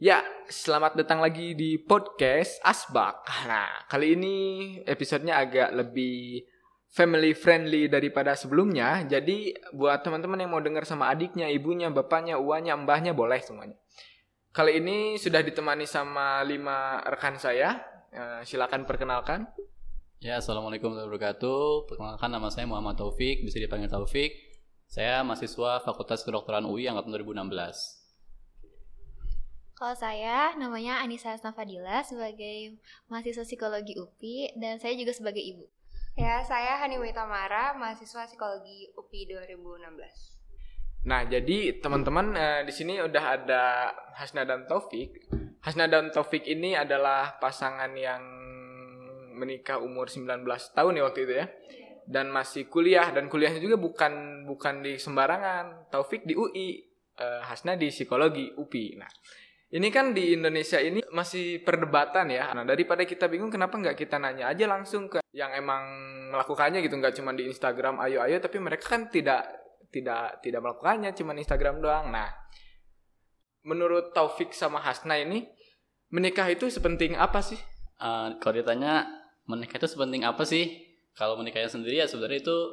Ya, selamat datang lagi di podcast Asbak. Nah, kali ini episodenya agak lebih family friendly daripada sebelumnya. Jadi, buat teman-teman yang mau dengar sama adiknya, ibunya, bapaknya, uanya, mbahnya, boleh semuanya. Kali ini sudah ditemani sama 5 rekan saya. Silakan perkenalkan. Ya, Assalamualaikum warahmatullahi wabarakatuh. Perkenalkan, nama saya Muhammad Taufik, bisa dipanggil Taufik. Saya mahasiswa Fakultas Kedokteran UI angkatan 2016. Kalau saya namanya Anissa Hasnafadila sebagai mahasiswa psikologi UPI dan saya juga sebagai ibu. Ya, saya Haniwi Tamara, mahasiswa psikologi UPI 2016. Nah, jadi teman-teman di sini udah ada Hasna dan Taufik. Hasna dan Taufik ini adalah pasangan yang menikah umur 19 tahun ya waktu itu ya. Dan masih kuliah, dan kuliahnya juga bukan di sembarangan. Taufik di UI, Hasna di psikologi UPI. Nah, ini kan di Indonesia ini masih perdebatan ya. Nah, daripada kita bingung, kenapa nggak kita nanya aja langsung ke yang emang melakukannya gitu, nggak cuma di Instagram ayo, tapi mereka kan tidak melakukannya, cuma Instagram doang. Nah, menurut Taufik sama Hasna ini, menikah itu sepenting apa sih? Kalau ditanya menikah itu sepenting apa sih? Kalau menikahnya sendiri ya sebenarnya itu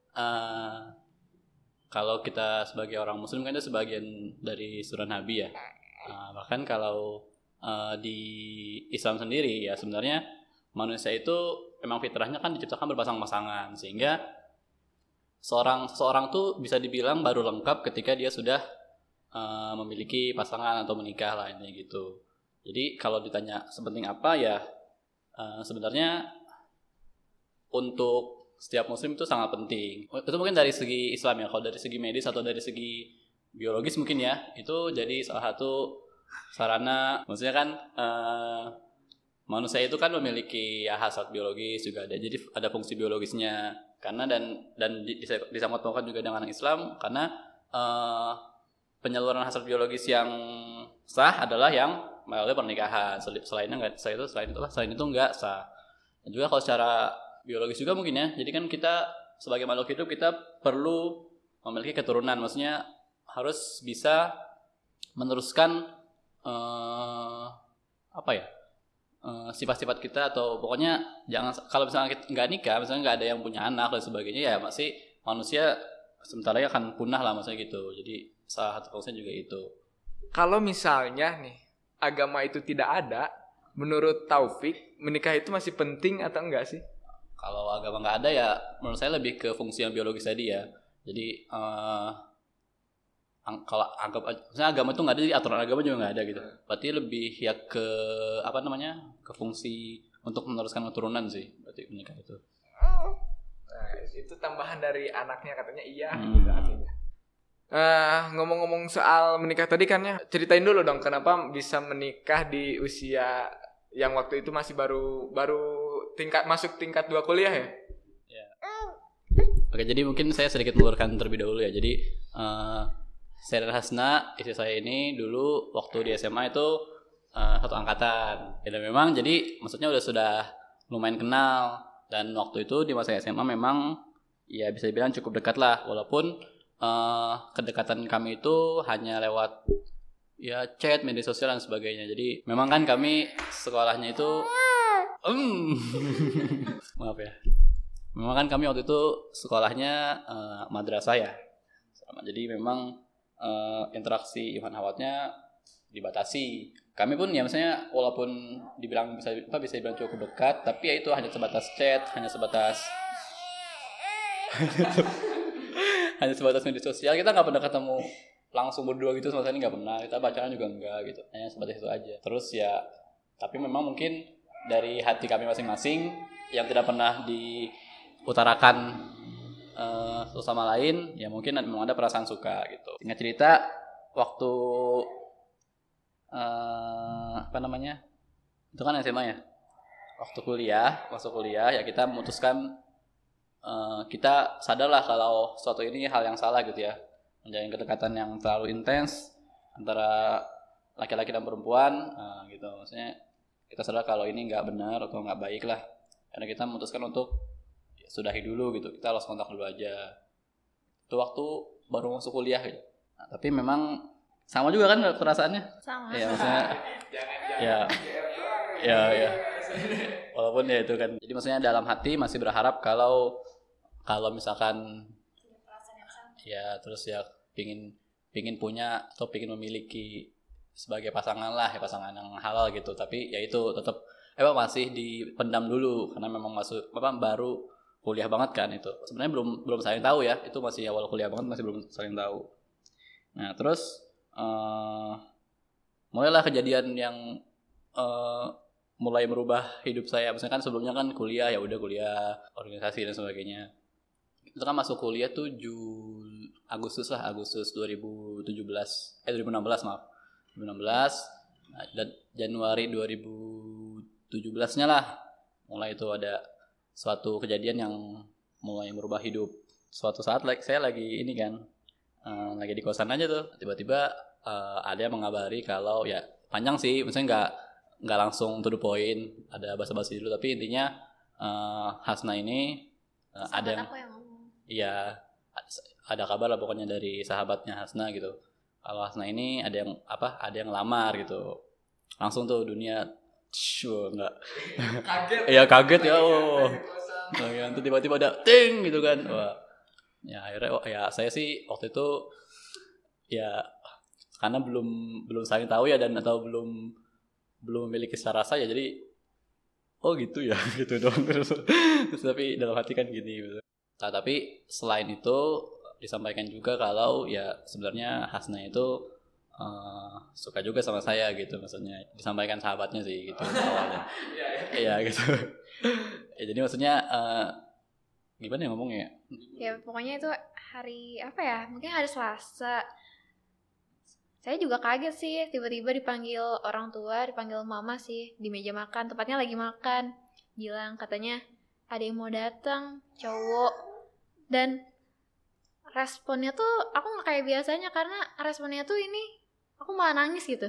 kalau kita sebagai orang Muslim kan itu sebagian dari surah Nabi ya. Bahkan kalau di Islam sendiri ya sebenarnya manusia itu memang fitrahnya kan diciptakan berpasang-pasangan, sehingga seseorang tuh bisa dibilang baru lengkap ketika dia sudah memiliki pasangan atau menikah lah, intinya gitu. Jadi kalau ditanya sepenting apa ya sebenarnya untuk setiap muslim itu sangat penting. Itu mungkin dari segi Islam ya. Kalau dari segi medis atau dari segi biologis mungkin ya, itu jadi salah satu sarana. Maksudnya kan manusia itu kan memiliki hasrat biologis juga ada. Jadi ada fungsi biologisnya. Karena dan disangkut-pautkan juga dengan Islam, karena penyaluran hasrat biologis yang sah adalah yang melalui pernikahan. Selain itu enggak sah. Dan juga kalau secara biologis juga mungkin ya. Jadi kan kita sebagai makhluk hidup kita perlu memiliki keturunan. Maksudnya harus bisa meneruskan sifat-sifat kita, atau pokoknya jangan, kalau misalnya kita nggak nikah, misalnya nggak ada yang punya anak dan sebagainya, ya masih manusia sebentar lagi akan punah lah, maksudnya gitu. Jadi salah satu fungsinya juga itu. Kalau misalnya nih agama itu tidak ada, menurut Taufik menikah itu masih penting atau enggak sih? Kalau agama nggak ada ya menurut saya lebih ke fungsi yang biologis tadi ya. Jadi kalau misalnya agama itu nggak ada, jadi aturan agama juga nggak ada gitu. Berarti lebih ya ke ke fungsi untuk meneruskan keturunan sih, berarti menikah itu. Nah, itu tambahan dari anaknya katanya iya gitu artinya. Ngomong-ngomong soal menikah tadi kan ya, ceritain dulu dong kenapa bisa menikah di usia yang waktu itu masih baru masuk tingkat 2 kuliah ya? Oke, jadi mungkin saya sedikit meluruskan terlebih dahulu ya. Jadi saya dan Hasna, istri saya ini dulu waktu di SMA itu satu angkatan. Dan memang jadi maksudnya sudah lumayan kenal, dan waktu itu di masa SMA memang ya bisa dibilang cukup dekat lah, walaupun kedekatan kami itu hanya lewat ya chat, media sosial dan sebagainya. Jadi memang kan kami sekolahnya itu maaf ya. Memang kan kami waktu itu sekolahnya madrasah ya. Jadi memang interaksi iman hawatnya dibatasi. Kami pun ya misalnya walaupun dibilang bisa dibilang cukup dekat, tapi ya itu hanya sebatas chat, hanya sebatas media sosial. Kita nggak pernah ketemu langsung berdua gitu sama sekali, nggak pernah. Kita pacaran juga enggak gitu, hanya sebatas itu aja. Terus ya, tapi memang mungkin dari hati kami masing-masing yang tidak pernah diutarakan satu sama lain, ya mungkin memang ada perasaan suka gitu. Singkat cerita, waktu itu kan SMA ya. Waktu kuliah ya kita memutuskan, kita sadarlah kalau suatu ini hal yang salah gitu ya, menjalin kedekatan yang terlalu intens antara laki-laki dan perempuan gitu. Maksudnya kita sadar kalau ini nggak benar atau nggak baik lah, karena kita memutuskan untuk sudahi dulu gitu, kita lost kontak dulu aja. Itu waktu baru masuk kuliah gitu. Nah, tapi memang Sama juga kan perasaannya? Sama. Ya maksudnya ya walaupun ya itu kan, jadi maksudnya dalam hati masih berharap kalau misalkan ya terus ya pingin punya atau pingin memiliki sebagai pasangan lah, ya pasangan yang halal gitu, tapi ya itu tetap masih dipendam dulu karena memang baru kuliah banget kan. Itu sebenarnya belum saling tahu ya, itu masih awal kuliah banget, masih belum saling tahu. Nah terus mulailah kejadian yang mulai merubah hidup saya. Misalkan sebelumnya kan kuliah, ya udah kuliah, organisasi dan sebagainya. Itu kan masuk kuliah tuh Agustus 2016 maaf. 2016 dan Januari 2017-nya lah mulai itu ada suatu kejadian yang mulai merubah hidup. Suatu saat saya lagi ini kan lagi di kosan aja tuh, tiba-tiba ada yang mengabari kalau ya panjang sih, maksudnya nggak langsung to the point, ada basa-basi dulu, tapi intinya Hasna ini ada iya ada kabar lah pokoknya dari sahabatnya Hasna gitu, kalau Hasna ini ada yang lamar gitu. Langsung tuh dunia enggak kaget ya. Nah, tiba-tiba ada ting gitu kan. Wah. Ya akhirnya ya saya sih waktu itu ya karena belum saling tahu ya, dan atau belum memiliki secara rasa ya, jadi gitu ya gitu dong. Terus tapi dalam hati kan gini gitu. Nah, tapi selain itu disampaikan juga kalau ya sebenarnya Hasna itu suka juga sama saya gitu, maksudnya disampaikan sahabatnya sih gitu awalnya. Iya gitu. Ya, jadi maksudnya gimana ya ngomongnya? Ya pokoknya itu hari apa ya? Mungkin hari Selasa. Saya juga kaget sih, tiba-tiba dipanggil orang tua, dipanggil mama sih di meja makan, tepatnya lagi makan. Bilang katanya ada yang mau datang, cowok. Dan responnya tuh aku nggak kayak biasanya, karena responnya tuh ini aku malah nangis gitu.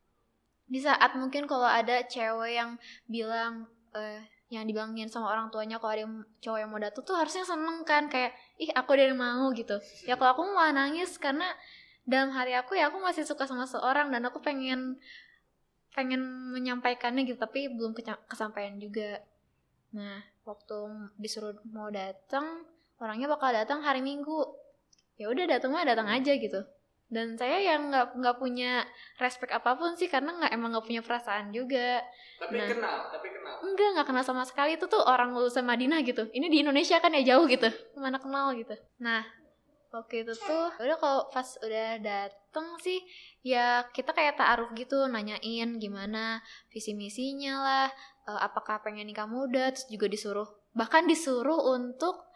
Di saat mungkin kalau ada cewek yang bilang yang dibilangin sama orang tuanya kalau ada yang cowok yang mau datang tuh harusnya seneng kan, kayak ih aku dari mau gitu. Ya kalau aku malah nangis karena dalam hati aku ya aku masih suka sama seorang dan aku pengen menyampaikannya gitu, tapi belum kesampaian juga. Nah waktu disuruh mau datang, orangnya bakal datang hari Minggu. Ya udah datang aja gitu. Dan saya yang nggak punya respect apapun sih, karena emang nggak punya perasaan juga. Tapi kenal. Nggak kenal sama sekali. Itu tuh orang lulusan Madinah gitu. Ini di Indonesia kan ya jauh gitu, mana kenal gitu. Nah waktu itu tuh udah kalau pas udah dateng sih ya kita kayak ta'aruf gitu, nanyain gimana visi misinya lah, apakah pengen nikah muda, terus juga bahkan disuruh untuk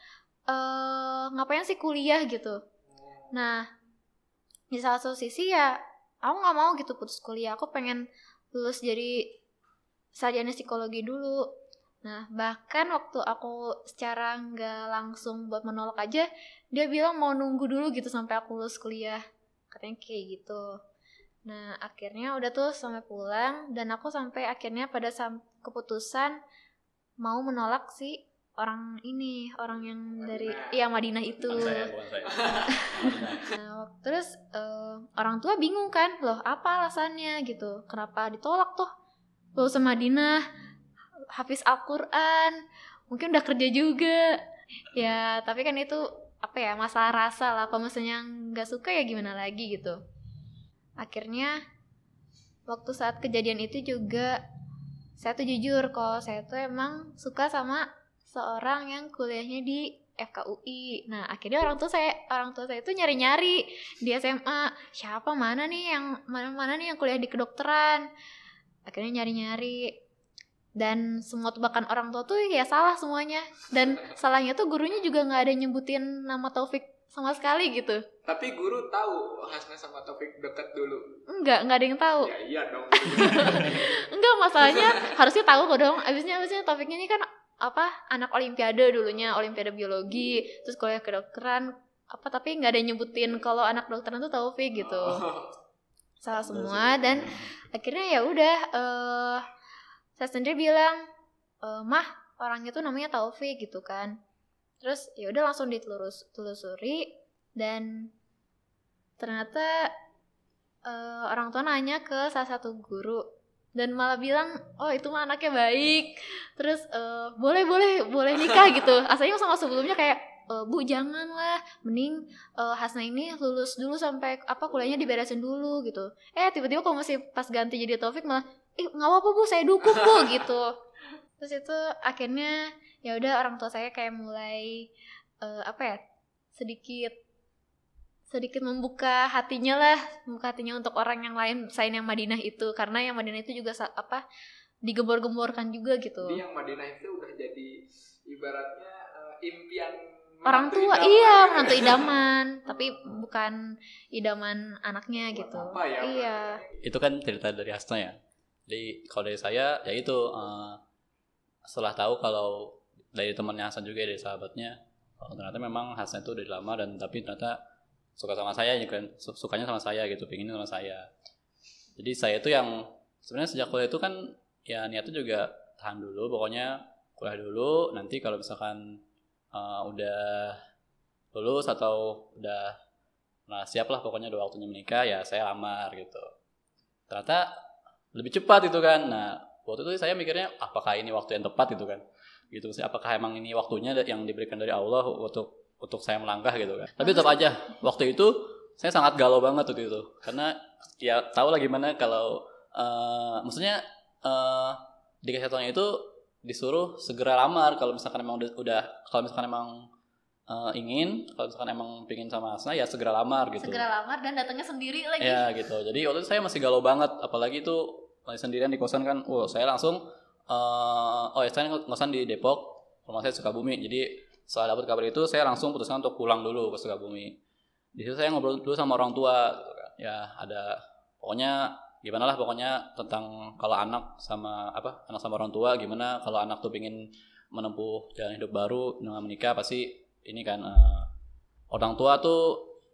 ngapain sih kuliah gitu. Nah di salah satu sisi ya aku nggak mau gitu putus kuliah, aku pengen lulus jadi sarjana psikologi dulu. Nah bahkan waktu aku secara nggak langsung buat menolak aja, dia bilang mau nunggu dulu gitu sampai aku lulus kuliah, katanya kayak gitu. Nah akhirnya udah tuh sampai pulang, dan aku sampai akhirnya pada keputusan mau menolak si orang yang dari Madinah itu. Bukan saya. Nah, terus orang tua bingung kan, loh apa alasannya gitu, kenapa ditolak tuh, lulusan Madinah, hafiz Al-Quran, mungkin udah kerja juga ya, tapi kan itu masalah rasa lah. Kalau misalnya nggak suka ya gimana lagi gitu. Akhirnya waktu saat kejadian itu juga saya tuh jujur kalau saya tuh emang suka sama seorang yang kuliahnya di FKUI. Nah akhirnya orang tua saya itu nyari-nyari di SMA, siapa mana nih yang kuliah di kedokteran. Akhirnya nyari-nyari, dan semua tebakan orang tua tuh ya salah semuanya. Dan salahnya tuh gurunya juga nggak ada nyebutin nama Taufik sama sekali gitu. Tapi guru tahu Hasna sama Taufik dekat dulu? Nggak ada yang tahu. Ya iya dong. Enggak, masalahnya harusnya tahu kok dong. Abisnya Taufiknya ini kan anak olimpiade dulunya, olimpiade biologi, terus kuliah kedokteran tapi nggak ada yang nyebutin kalau anak dokteran tuh Taufik gitu. Salah semua. Dan akhirnya ya udah saya sendiri bilang, mah orangnya tuh namanya Taufik gitu kan. Terus ya udah langsung ditelusuri, dan ternyata orang tua nanya ke salah satu guru dan malah bilang, oh itu mah anaknya baik, terus boleh nikah gitu. Asalnya sama sebelumnya kayak, Bu janganlah, mending Hasna ini lulus dulu sampai kuliahnya diberesin dulu gitu. Tiba-tiba kalau masih pas ganti jadi Taufik malah, nggak apa-apa Bu, saya dukung Bu gitu. Terus itu akhirnya ya udah orang tua saya kayak mulai sedikit membuka hatinya untuk orang yang lain selain yang Madinah itu, karena yang Madinah itu juga digembor-gemborkan juga gitu. Jadi yang Madinah itu udah jadi ibaratnya impian orang tua, iya, menantu idaman, tapi bukan idaman anaknya gitu. Apa ya? Iya. Itu kan cerita dari Hasna ya. Jadi kalau dari saya ya itu setelah tahu kalau dari temannya Hasan juga, dari sahabatnya, ternyata memang Hasna itu udah lama dan tapi ternyata suka sama saya, sukanya sama saya gitu, pengennya sama saya. Jadi saya itu yang sebenarnya sejak kuliah itu kan ya niatnya juga tahan dulu, pokoknya kuliah dulu, nanti kalau misalkan udah lulus atau udah siap lah pokoknya udah waktunya menikah ya saya lamar gitu. Ternyata lebih cepat itu kan. Nah waktu itu saya mikirnya apakah ini waktu yang tepat gitu kan, gitu sih, apakah emang ini waktunya yang diberikan dari Allah untuk saya melangkah gitu kan. Tapi tetap aja waktu itu saya sangat galau banget waktu itu, karena ya tahu lah gimana kalau maksudnya di kesehatannya itu disuruh segera lamar kalau misalkan emang kalau misalkan emang kalau misalkan emang pingin sama Hasna ya segera lamar gitu. Segera lamar dan datangnya sendiri lagi. Ya gitu. Jadi waktu itu saya masih galau banget, apalagi itu lagi sendirian di kosan kan. Saya langsung saya ngosan di Depok, rumah saya Sukabumi. Jadi setelah dapat kabar itu saya langsung putuskan untuk pulang dulu ke Sukabumi. Di situ saya ngobrol dulu sama orang tua gitu kan. Ya ada pokoknya gimana lah pokoknya tentang kalau anak sama orang tua, gimana kalau anak tuh pengen menempuh jalan hidup baru dengan menikah, pasti ini kan orang tua tuh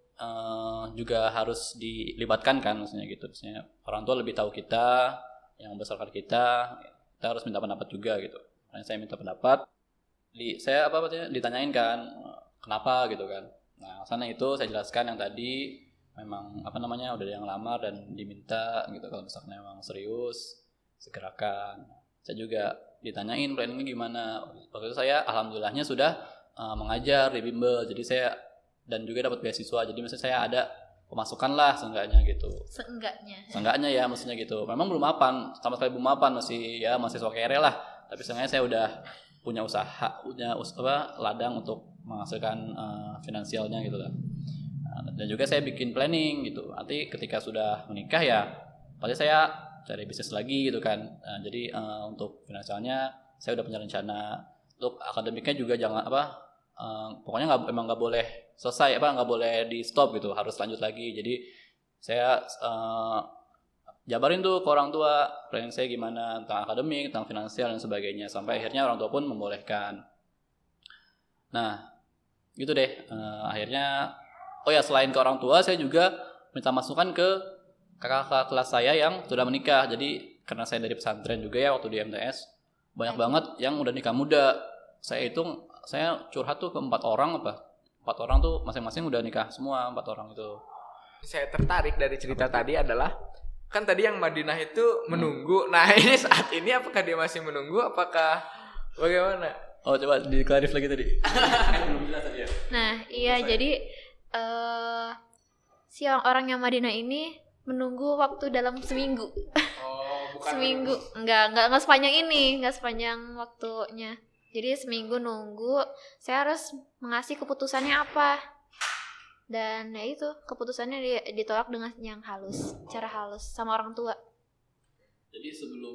juga harus dilibatkan kan, maksudnya gitu. Maksudnya orang tua lebih tahu kita, yang membesarkan kita harus minta pendapat juga gitu. Makanya saya minta pendapat. Saya ditanyain kan kenapa gitu kan. Nah sana itu saya jelaskan yang tadi memang udah ada yang lamar dan diminta gitu, kalau misalnya memang serius segerakan. Saya juga ditanyain planningnya gimana. Waktu itu saya alhamdulillahnya sudah mengajar di bimbel, jadi saya dan juga dapat beasiswa, jadi misalnya saya ada pemasukan lah seenggaknya gitu. Seenggaknya ya maksudnya gitu. Memang belum mapan, sama sekali belum mapan, masih mahasiswa kere lah, tapi seenggaknya saya udah punya ladang untuk menghasilkan finansialnya gitu kan. Dan juga saya bikin planning gitu. Nanti ketika sudah menikah ya pasti saya cari bisnis lagi gitu kan. Jadi untuk finansialnya saya udah punya rencana. Untuk akademiknya juga jangan pokoknya nggak boleh selesai, nggak boleh di stop gitu, harus lanjut lagi. Jadi saya jabarin tuh ke orang tua planning saya gimana tentang akademik, tentang finansial dan sebagainya, sampai akhirnya orang tua pun membolehkan. Nah gitu deh. Akhirnya selain ke orang tua, saya juga minta masukan ke kakak kelas saya yang sudah menikah. Jadi karena saya dari pesantren juga ya, waktu di MTS banyak banget yang udah nikah muda. Saya curhat tuh ke 4 orang tuh masing-masing udah nikah semua, 4 orang itu. Saya tertarik dari cerita tadi adalah kan tadi yang Madinah itu menunggu. Nah ini saat ini apakah dia masih menunggu? Apakah bagaimana? Coba diklarif lagi tadi. Belum jelas tadi ya. Nah iya jadi si orang yang Madinah ini menunggu waktu dalam seminggu. Bukan seminggu. Enggak sepanjang ini, enggak sepanjang waktunya. Jadi seminggu nunggu, saya harus mengasih keputusannya apa. Dan ya itu, keputusannya ditolak dengan yang halus, cara halus sama orang tua. Jadi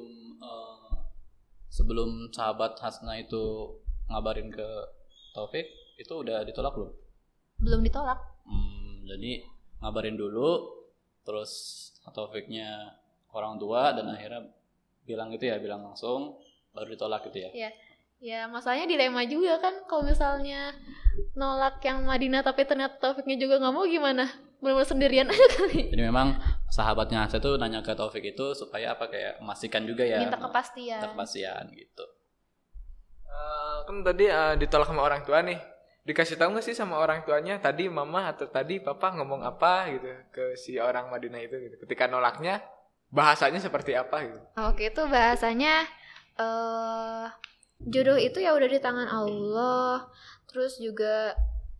sebelum sahabat Hasna itu ngabarin ke Taufik, itu udah ditolak belum? Belum ditolak. Jadi ngabarin dulu, terus Taufiknya orang tua dan akhirnya bilang langsung, baru ditolak gitu ya? Ya masalahnya dilema juga kan, kalau misalnya nolak yang Madinah tapi ternyata Taufiknya juga nggak mau, gimana? Benar-benar sendirian aja kali. Jadi memang sahabatnya Hasna tuh nanya ke Taufik itu supaya kayak memastikan juga ya. Minta kepastian gitu. Kan tadi ditolak sama orang tua nih. dikasih tahu nggak sih sama orang tuanya tadi mama atau tadi papa ngomong apa gitu ke si orang Madinah itu gitu. Ketika nolaknya bahasanya seperti apa gitu. Oke, itu bahasanya jodoh itu ya udah di tangan Allah. Terus juga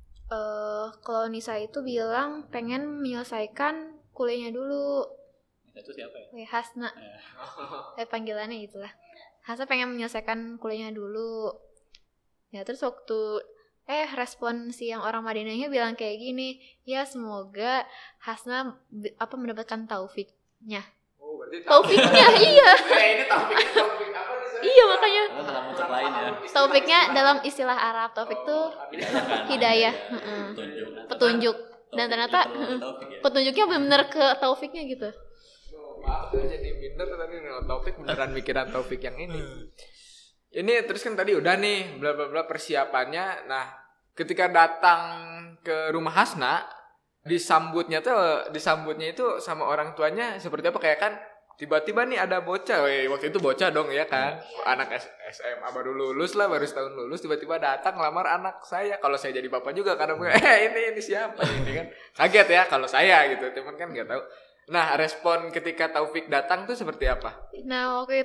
kalau Nisa itu bilang pengen menyelesaikan kuliahnya dulu. Itu siapa ya? Hasna. Panggilannya itulah. Hasna pengen menyelesaikan kuliahnya dulu. Ya terus waktu respon si yang orang Madinahnya bilang kayak gini, ya semoga Hasna mendapatkan taufiknya. Oh, berarti Taufiknya iya. Ini taufik apa nih? Iya makanya. Karena dalam bentuk lain ya. Taufiknya dalam istilah Arab, taufik tuh hidayah, petunjuk. Dan ternyata petunjuknya benar ke taufiknya gitu. Maaf ya jadi minder tadi Taufik beneran mikiran Taufik yang ini. Ini terus kan tadi udah nih bla bla bla persiapannya. Nah, ketika datang ke rumah Hasna, disambutnya itu sama orang tuanya seperti apa, kayak kan tiba-tiba nih ada bocah, waktu itu bocah dong ya kan, anak SMA baru lulus lah, baru setahun lulus, tiba-tiba datang ngelamar anak saya. Kalau saya jadi bapak juga kadang ini siapa ini kan, kaget ya kalau saya gitu, teman kan nggak tahu. Nah, respon ketika Taufik datang tuh seperti apa? Nah, waktu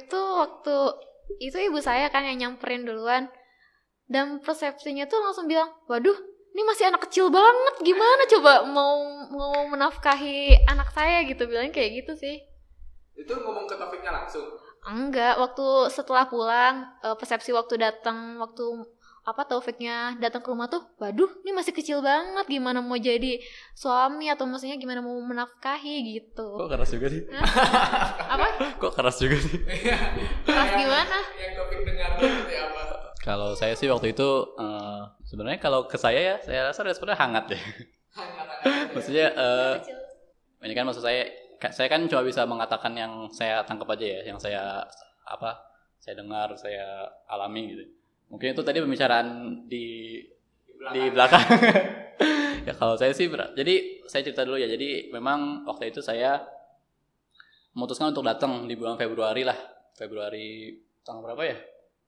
itu ibu saya kan yang nyamperin duluan. Dan persepsinya tuh langsung bilang, waduh, ini masih anak kecil banget, gimana coba mau menafkahi anak saya gitu, bilang kayak gitu sih. Itu ngomong ke Taufiknya langsung? Enggak, waktu setelah pulang, persepsi waktu Taufiknya datang ke rumah tuh, waduh, ini masih kecil banget, gimana mau jadi suami atau maksudnya gimana mau menafkahi gitu. Kok keras juga sih? Apa? Kok keras juga sih? Keras gimana? Yang Taufik dengar seperti apa? Kalau saya sih waktu itu sebenarnya kalau ke saya rasa responnya hangat deh. Maksudnya ini kan maksud saya kan cuma bisa mengatakan yang saya tangkap aja ya, yang saya dengar, saya alami gitu. Mungkin itu tadi pembicaraan di belakang. Ya kalau saya sih jadi saya cerita dulu ya. Jadi memang waktu itu saya memutuskan untuk datang di bulan Februari lah. Februari tanggal berapa ya?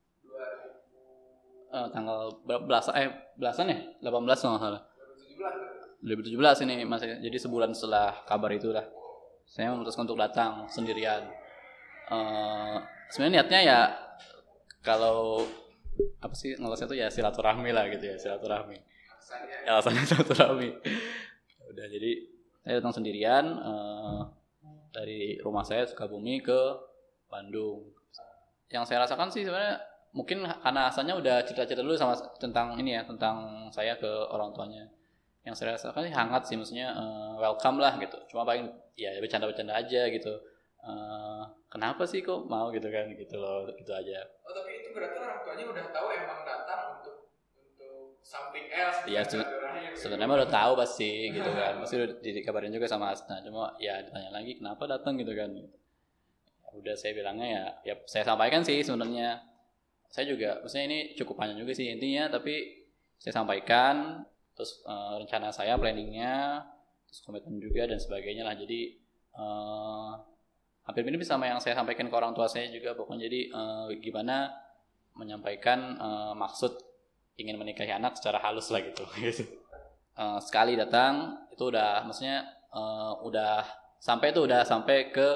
Tanggal belasan ya? 18 kalau nggak salah. 2017 ini masih. Jadi sebulan setelah kabar itu lah, saya memutuskan untuk datang sendirian. Sebenarnya niatnya ya kalau apa sih ngelosnya tuh ya silaturahmi lah gitu ya, silaturahmi. Alasannya silaturahmi. Udah, jadi saya datang sendirian dari rumah saya Sukabumi ke Bandung. Yang saya rasakan sih sebenarnya mungkin karena asalnya udah cerita-cerita dulu sama tentang ini ya, tentang saya ke orang tuanya. Yang saya rasakan sih hangat sih, maksudnya welcome lah gitu. Cuma paling ya bercanda-bercanda aja gitu. Kenapa sih kok mau gitu kan, gitu loh, gitu aja. Oh, tapi itu berarti orang tuanya udah tahu emang datang untuk something else. Iya, sebenarnya udah tahu pasti gitu kan. Pasti udah dikabarin juga sama Hasna. Cuma ya ditanya lagi kenapa datang gitu kan. Ya udah, saya bilangnya ya saya sampaikan sih sebenarnya. Saya juga maksudnya ini cukup panjang juga sih intinya, tapi saya sampaikan terus rencana saya, planningnya, terus komitmen juga dan sebagainya lah. Jadi hampir mirip sama yang saya sampaikan ke orang tua saya juga pokoknya. Jadi gimana menyampaikan maksud ingin menikahi anak secara halus lah gitu. Sekali datang itu udah maksudnya udah sampai ke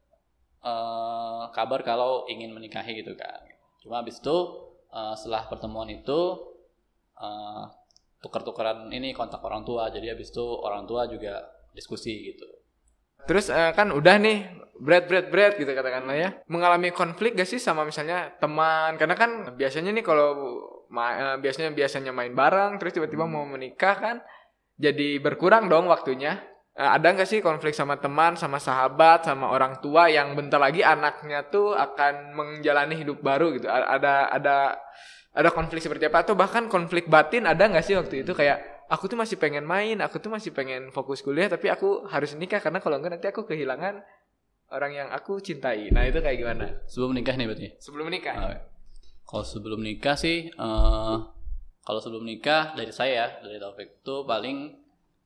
kabar kalau ingin menikahi gitu kan. Cuma habis itu setelah pertemuan itu tukar-tukaran ini kontak orang tua. Jadi habis itu orang tua juga diskusi gitu. Terus kan udah nih berat gitu katakanlah ya. Mengalami konflik gak sih sama misalnya teman? Karena kan biasanya nih kalau biasanya main bareng terus tiba-tiba mau menikah kan jadi berkurang dong waktunya. Ada gak sih konflik sama teman, sama sahabat, sama orang tua yang bentar lagi anaknya tuh akan menjalani hidup baru gitu? Ada konflik seperti apa? Atau bahkan konflik batin ada gak sih waktu itu, kayak aku tuh masih pengen main, aku tuh masih pengen fokus kuliah, tapi aku harus nikah karena kalau enggak nanti aku kehilangan orang yang aku cintai. Nah itu kayak gimana? Sebelum nikah nih berarti? Sebelum nikah. Kalau sebelum nikah sih, kalau sebelum nikah dari saya ya, dari Taufik itu paling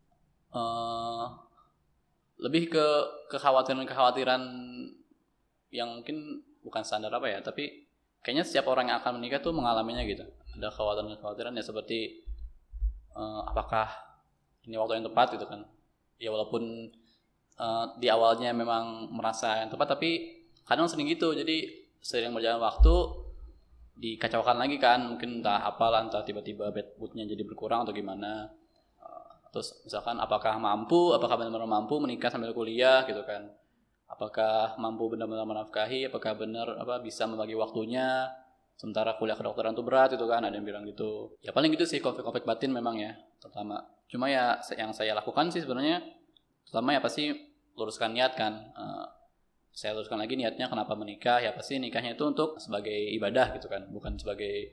lebih ke kekhawatiran yang mungkin bukan standar apa ya, tapi kayaknya setiap orang yang akan menikah tuh mengalaminya gitu. Ada kekhawatiran ya seperti apakah ini waktu yang tepat gitu kan. Ya walaupun di awalnya memang merasa yang tepat, tapi kadang sering gitu. Jadi sering berjalan waktu dikacaukan lagi kan, mungkin entah apalah, entah tiba-tiba bad moodnya jadi berkurang atau gimana. Terus misalkan apakah benar-benar mampu menikah sambil kuliah gitu kan, apakah mampu benar-benar menafkahi, apakah benar bisa membagi waktunya, sementara kuliah kedokteran itu berat itu kan, ada yang bilang gitu. Ya paling gitu sih, konflik-konflik batin memang ya terutama. Cuma ya yang saya lakukan sih sebenarnya pertama ya pasti luruskan niat kan. Saya luruskan lagi niatnya kenapa menikah, ya pasti nikahnya itu untuk sebagai ibadah gitu kan, bukan sebagai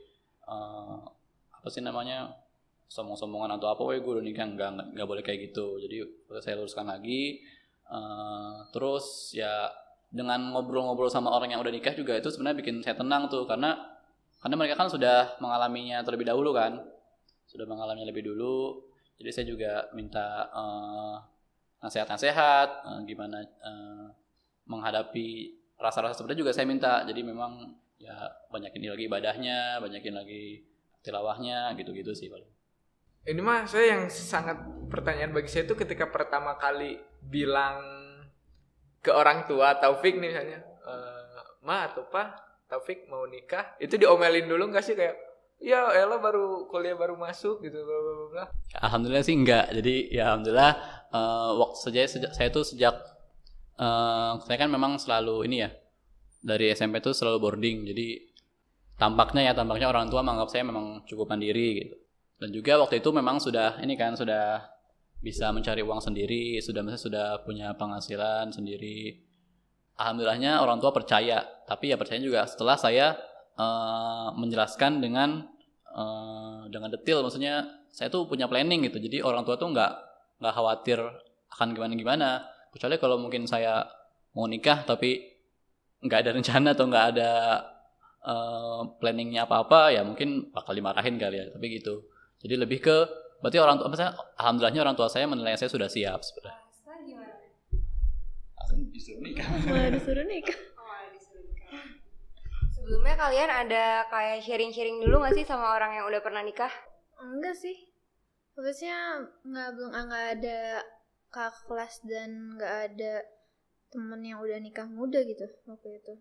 sombong-sombongan atau apa, gue udah nikah, nggak boleh kayak gitu. Jadi saya luruskan lagi. Terus ya dengan ngobrol-ngobrol sama orang yang udah nikah juga itu sebenarnya bikin saya tenang tuh, karena mereka kan sudah mengalaminya terlebih dahulu kan, sudah mengalaminya lebih dulu. Jadi saya juga minta nasihat-nasihat gimana menghadapi rasa-rasa seperti juga saya minta. Jadi memang ya banyakin lagi ibadahnya, banyakin lagi tilawahnya, gitu-gitu sih paling. Ini mah saya yang sangat pertanyaan bagi saya itu ketika pertama kali bilang ke orang tua Taufik nih misalnya, Ma atau Pa, Taufik mau nikah, itu diomelin dulu nggak sih, kayak ya Ella baru kuliah baru masuk gitu bla bla bla? Alhamdulillah sih enggak. Jadi ya alhamdulillah saya tuh sejak saya kan memang selalu ini ya, dari SMP tuh selalu boarding. Jadi tampaknya orang tua menganggap saya memang cukup mandiri gitu. Dan juga waktu itu memang sudah bisa mencari uang sendiri, sudah punya penghasilan sendiri. Alhamdulillahnya orang tua percaya, tapi ya percaya juga setelah saya menjelaskan dengan detail. Maksudnya saya tuh punya planning gitu, jadi orang tua tuh nggak khawatir akan gimana. Kecuali kalau mungkin saya mau nikah tapi nggak ada rencana atau nggak ada planningnya apa-apa, ya mungkin bakal dimarahin kali ya. Tapi gitu. Jadi lebih ke berarti alhamdulillahnya orang tua saya menilai saya sudah siap sebenarnya. Gimana? Disuruh nikah. Disuruh nikah. Sebelumnya kalian ada kayak sharing-sharing dulu nggak sih sama orang yang udah pernah nikah? Enggak sih. Habisnya nggak ada kakak kelas dan nggak ada temen yang udah nikah muda gitu waktu itu.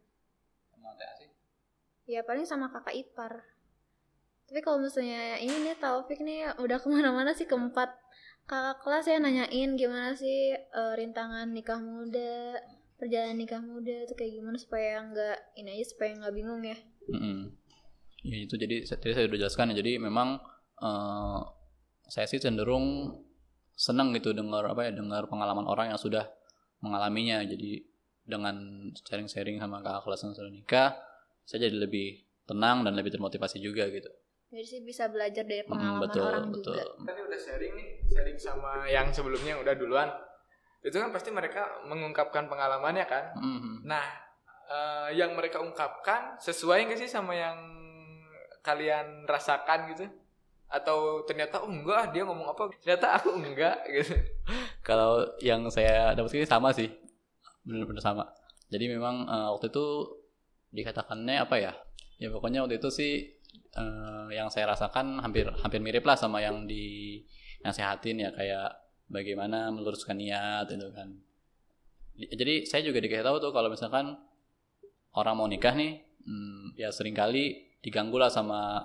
Ya paling sama kakak ipar. Tapi kalau misalnya ini nih Taufik nih udah kemana-mana sih, keempat kakak kelas ya nanyain gimana sih rintangan nikah muda, perjalanan nikah muda itu kayak gimana supaya nggak bingung ya. Ya itu jadi saya udah jelaskan ya. Jadi memang saya sih cenderung senang gitu dengar pengalaman orang yang sudah mengalaminya. Jadi dengan sharing-sharing sama kakak kelas yang sudah nikah, saya jadi lebih tenang dan lebih termotivasi juga gitu. Jadi sih bisa belajar dari pengalaman orang juga. Tadi udah sharing sama yang sebelumnya yang udah duluan. Itu kan pasti mereka mengungkapkan pengalamannya kan. Nah, yang mereka ungkapkan sesuai nggak sih sama yang kalian rasakan gitu? Atau ternyata enggak, dia ngomong apa ternyata aku enggak gitu. Kalau yang saya dapat ini sama sih, benar-benar sama. Jadi memang waktu itu dikatakannya apa ya? Ya pokoknya waktu itu sih yang saya rasakan hampir mirip lah sama yang dinasehatin ya, kayak bagaimana meluruskan niat itu kan. Jadi saya juga dikasih tahu tuh kalau misalkan orang mau nikah nih, ya seringkali diganggu lah sama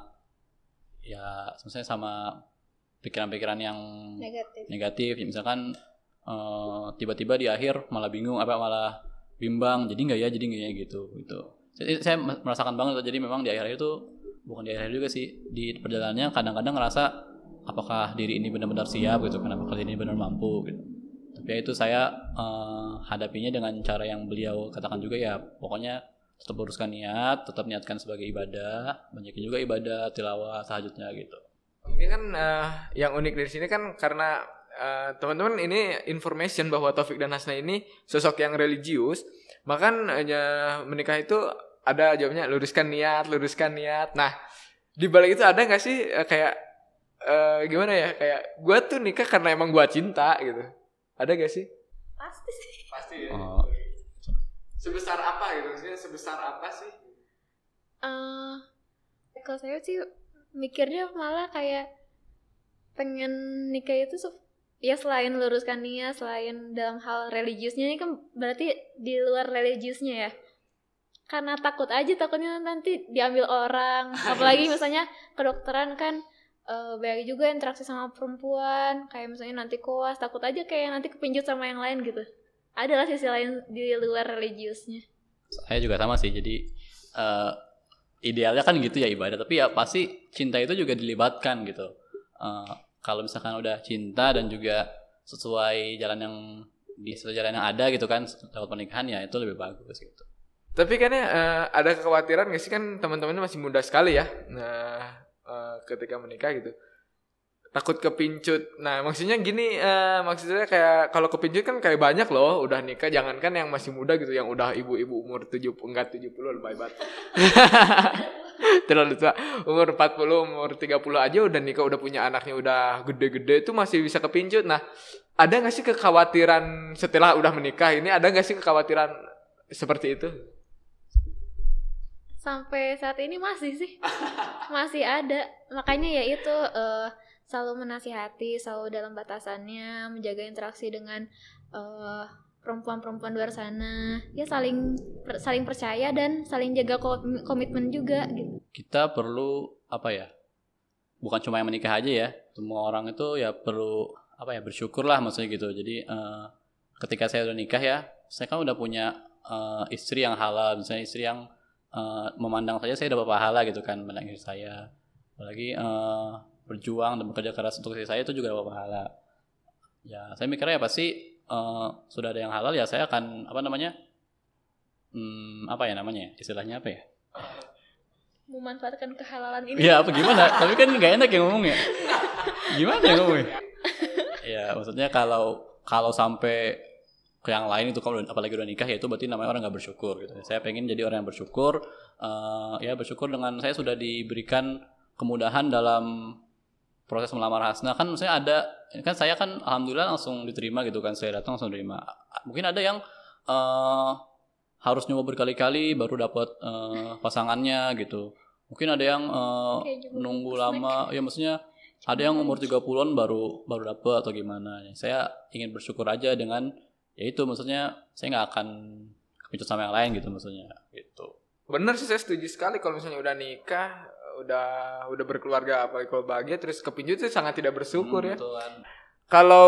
pikiran-pikiran yang negatif. Misalkan tiba-tiba di akhir malah bingung, malah bimbang, jadi nggak ya gitu. Saya merasakan banget. Jadi memang di akhir itu, bukan di akhir juga sih, di perjalanannya kadang-kadang ngerasa apakah diri ini benar-benar siap gitu, apakah diri ini benar mampu gitu. Tapi ya itu saya hadapinya dengan cara yang beliau katakan juga ya, pokoknya tetap luruskan niat, tetap niatkan sebagai ibadah, banyakin juga ibadah, tilawah, tahajudnya gitu. Ini kan yang unik dari sini kan karena teman-teman ini information bahwa Taufik dan Hasna ini sosok yang religius, bahkan menikah itu ada jawabnya luruskan niat. Nah, di balik itu ada nggak sih kayak gimana ya, kayak gue tuh nikah karena emang gue cinta gitu, ada gak sih? Pasti sih. Pasti ya. Sebesar apa gitu, maksudnya sebesar apa sih? Kalau saya sih mikirnya malah kayak pengen nikah itu ya selain luruskan niat, selain dalam hal religiusnya, ini kan berarti di luar religiusnya ya. Karena takutnya nanti diambil orang, apalagi misalnya kedokteran kan banyak juga interaksi sama perempuan, kayak misalnya nanti koas, takut aja kayak nanti kepincut sama yang lain gitu. Adalah sisi lain di luar religiusnya. Saya juga sama sih, jadi idealnya kan gitu ya ibadah, tapi ya pasti cinta itu juga dilibatkan gitu. Kalau misalkan udah cinta dan juga sesuai jalan yang ada gitu kan lewat pernikahan, ya itu lebih bagus gitu. Tapi kan ya ada kekhawatiran gak sih, kan teman-teman masih muda sekali ya. Nah, ketika menikah gitu. Takut kepincut. Nah, maksudnya gini, maksudnya kayak kalau kepincut kan kayak banyak loh udah nikah, jangankan yang masih muda gitu, yang udah ibu-ibu umur 70 lebay banget. Terlalu tua. Umur 40, umur 30 aja udah nikah, udah punya anaknya, udah gede-gede, itu masih bisa kepincut. Nah, ada gak sih kekhawatiran setelah udah menikah ini, ada gak sih kekhawatiran seperti itu? Sampai saat ini masih sih. Masih ada. Makanya ya itu selalu menasihati, selalu dalam batasannya, menjaga interaksi dengan perempuan-perempuan luar sana. Ya saling percaya dan saling jaga komitmen juga gitu. Kita perlu bukan cuma yang menikah aja ya, semua orang itu ya perlu bersyukur lah maksudnya gitu. Jadi ketika saya udah nikah ya, saya kan udah punya istri yang halal, misalnya istri yang memandang saja saya dapat pahala gitu kan, memandang istri saya, apalagi berjuang dan bekerja keras untuk istri saya itu juga dapat pahala. Ya saya mikirnya ya pasti sudah ada yang halal ya saya akan istilahnya apa ya, memanfaatkan kehalalan ini. ya apa gimana, tapi kan nggak enak yang ngomong ya, gimana ya ngomongnya ya, maksudnya kalau sampai ke yang lain itu, kalau apalagi udah nikah ya itu berarti namanya orang nggak bersyukur gitu. Saya pengen jadi orang yang bersyukur, bersyukur dengan saya sudah diberikan kemudahan dalam proses melamar Hasna. Kan misalnya ada, kan saya kan alhamdulillah langsung diterima gitu kan, saya datang langsung diterima. Mungkin ada yang harus nyoba berkali-kali baru dapat pasangannya gitu. Mungkin ada yang nunggu lama, ya maksudnya ada yang umur 30-an baru dapat atau gimana. Saya ingin bersyukur aja dengan ya itu, maksudnya saya nggak akan kepincut sama yang lain gitu maksudnya gitu. Bener sih, saya setuju sekali kalau misalnya udah nikah, udah berkeluarga, apalagi kalau bahagia terus kepincut itu sangat tidak bersyukur ya. Betulan. Kalau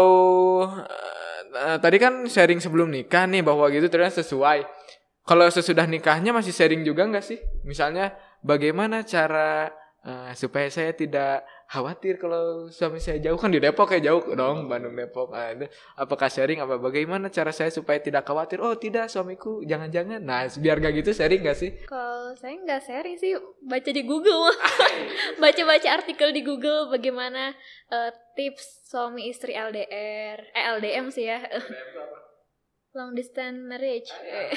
tadi kan sharing sebelum nikah nih bahwa gitu ternyata sesuai. Kalau sesudah nikahnya masih sharing juga nggak sih? Misalnya bagaimana cara supaya saya tidak khawatir kalau suami saya jauh, kan di Depok kayak jauh dong, Bandung Depok. Apakah sharing bagaimana cara saya supaya tidak khawatir? Oh tidak, suamiku jangan-jangan. Nah biar gak gitu, sharing gak sih? Kalau saya nggak sharing sih, baca di Google. Baca artikel di Google bagaimana tips suami istri LDR, LDM sih ya. Long distance marriage.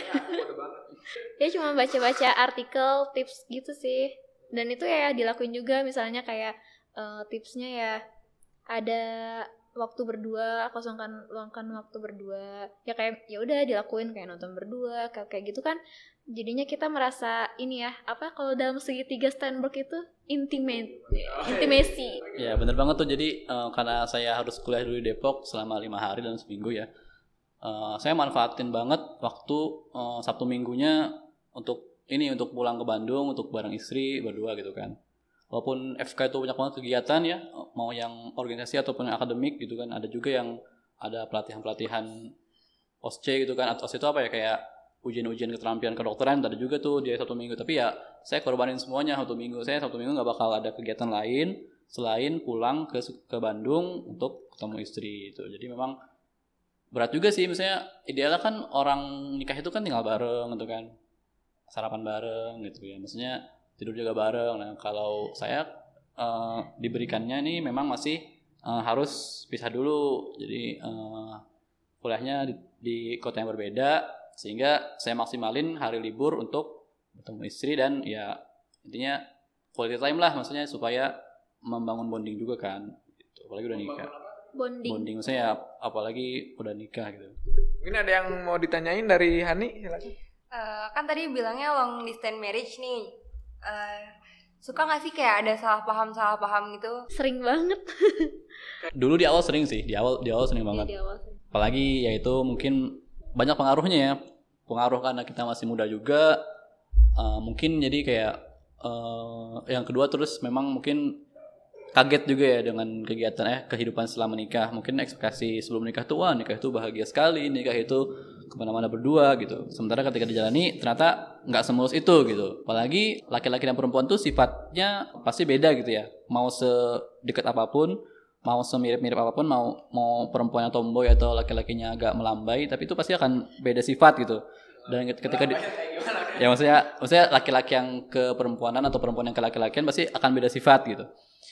Ya cuma baca artikel tips gitu sih. Dan itu ya dilakuin juga, misalnya kayak tipsnya ya ada waktu berdua, luangkan waktu berdua. Ya kayak ya udah dilakuin, kayak nonton berdua, kayak gitu kan. Jadinya kita merasa ini ya, kalau dalam segitiga Steinberg itu intimacy. Ya benar banget tuh. Jadi karena saya harus kuliah dulu di Depok selama 5 hari dalam seminggu ya. Saya manfaatin banget waktu Sabtu minggunya untuk pulang ke Bandung, untuk bareng istri berdua gitu kan. Walaupun FK itu banyak banget kegiatan ya, mau yang organisasi ataupun yang akademik gitu kan, ada juga yang ada pelatihan OSCE gitu kan. OSCE itu kayak ujian-ujian keterampilan kedokteran, ada juga tuh di Sabtu Minggu. Tapi ya saya korbanin semuanya Sabtu Minggu. Saya Sabtu Minggu nggak bakal ada kegiatan lain selain pulang ke Bandung untuk ketemu istri itu. Jadi memang berat juga sih, misalnya idealnya kan orang nikah itu kan tinggal bareng gitu kan, sarapan bareng gitu ya, maksudnya tidur juga bareng. Nah kalau saya diberikannya nih memang masih harus pisah dulu, jadi kuliahnya di kota yang berbeda, sehingga saya maksimalin hari libur untuk bertemu istri dan ya intinya quality time lah, maksudnya supaya membangun bonding juga kan gitu. Apalagi udah nikah, bonding maksudnya apalagi udah nikah gitu. Mungkin ada yang mau ditanyain dari Hani, silakan. Kan tadi bilangnya long distance marriage nih. Suka gak sih kayak ada salah paham gitu? Sering banget. Dulu di awal sering sih, di awal sering banget. Di awal sering. Apalagi yaitu mungkin banyak pengaruhnya ya. Pengaruh karena kita masih muda juga. Mungkin jadi kayak yang kedua terus memang mungkin kaget juga ya dengan kegiatan kehidupan setelah menikah. Mungkin ekspektasi sebelum menikah tuh wah nikah itu bahagia sekali, nikah itu kemana-mana berdua gitu. Sementara ketika dijalani ternyata nggak semulus itu gitu. Apalagi laki-laki dan perempuan tuh sifatnya pasti beda gitu ya. Mau sedekat apapun, mau semirip-mirip apapun, mau perempuannya tomboy atau laki-lakinya agak melambai, tapi itu pasti akan beda sifat gitu. Dan ketika ya maksudnya laki-laki yang ke perempuanan atau perempuan yang ke laki-lakian pasti akan beda sifat gitu.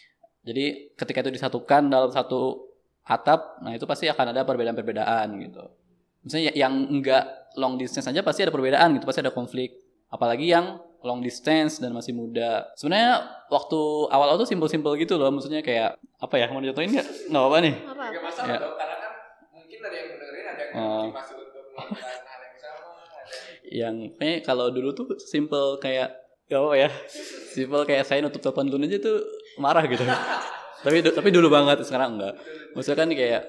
Jadi ketika itu disatukan dalam satu atap, nah itu pasti akan ada perbedaan-perbedaan gitu. Misalnya yang enggak long distance aja pasti ada perbedaan gitu, pasti ada konflik. Apalagi yang long distance dan masih muda. Sebenarnya waktu awal-awal tuh simpel-simpel gitu loh, maksudnya kayak apa ya, mau dicontohin nggak? Nggak apa-apa nih. Nggak masalah dong, karena kan mungkin ada yang mendengarin, ada yang motivasi untuk melakukan hal yang sama. Yang kayaknya kalau dulu tuh simpel kayak gak apa ya, simpel kayak saya nutup telepon dulu aja tuh marah gitu. tapi dulu banget, sekarang enggak. Maksudnya kan kayak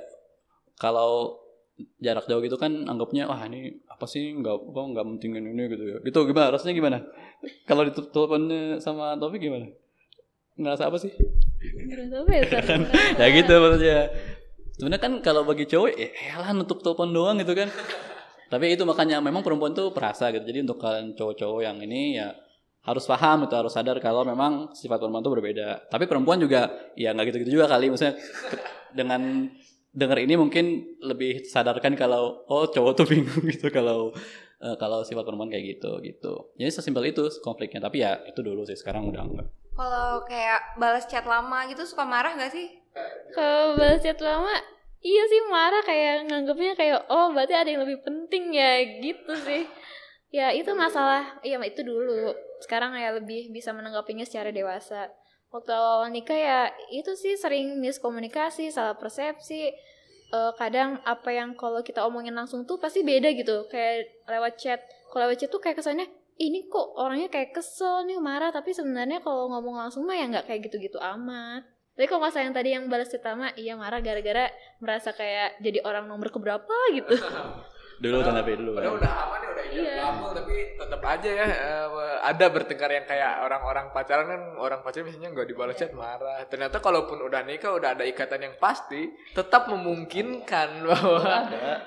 kalau jarak jauh gitu kan anggapnya wah ini apa sih nggak pentingin ini gitu ya. Gitu gimana rasanya gimana? Kalau ditutup teleponnya sama Taufik gimana? Ngerasa apa sih? Ngerasa apa ya? Kan ya gitu maksudnya. Sebenarnya kan kalau bagi cowok lah nutup telepon doang gitu kan. Tapi itu makanya memang perempuan tuh perasa gitu. Jadi untuk kalian cowok-cowok yang ini ya harus paham itu, harus sadar kalau memang sifat perempuan itu berbeda. Tapi perempuan juga ya nggak gitu-gitu juga kali. Maksudnya dengan dengar ini mungkin lebih sadarkan kalau cowok tuh bingung gitu kalau sifat perempuan kayak gitu. Jadi sesimpel itu konfliknya. Tapi ya itu dulu sih, sekarang udah enggak. Kalau kayak balas chat lama gitu suka marah gak sih? Kalau balas chat lama, iya sih marah, kayak nganggapnya kayak berarti ada yang lebih penting ya gitu sih. Ya itu masalah, iya itu dulu. Sekarang ya lebih bisa menanggapinya secara dewasa. Waktu awal nikah ya itu sih sering miskomunikasi, salah persepsi. Kadang apa yang kalau kita omongin langsung tuh pasti beda gitu. Kayak lewat chat. Kalau lewat chat tuh kayak kesannya ini kok orangnya kayak kesel nih, marah. Tapi sebenarnya kalau ngomong langsung mah ya nggak kayak gitu-gitu amat. Tapi kalau nggak yang tadi yang balas chat lama, iya marah gara-gara merasa kayak jadi orang nomor keberapa gitu. Dulu kan tapi dulu. Padahal udah aman ya, udah lama, tapi tetap aja ya ada bertengkar yang kayak orang-orang pacaran kan, orang pacaran biasanya nggak dibalas chat marah. Ternyata kalaupun udah nikah udah ada ikatan yang pasti, tetap memungkinkan bahwa ada.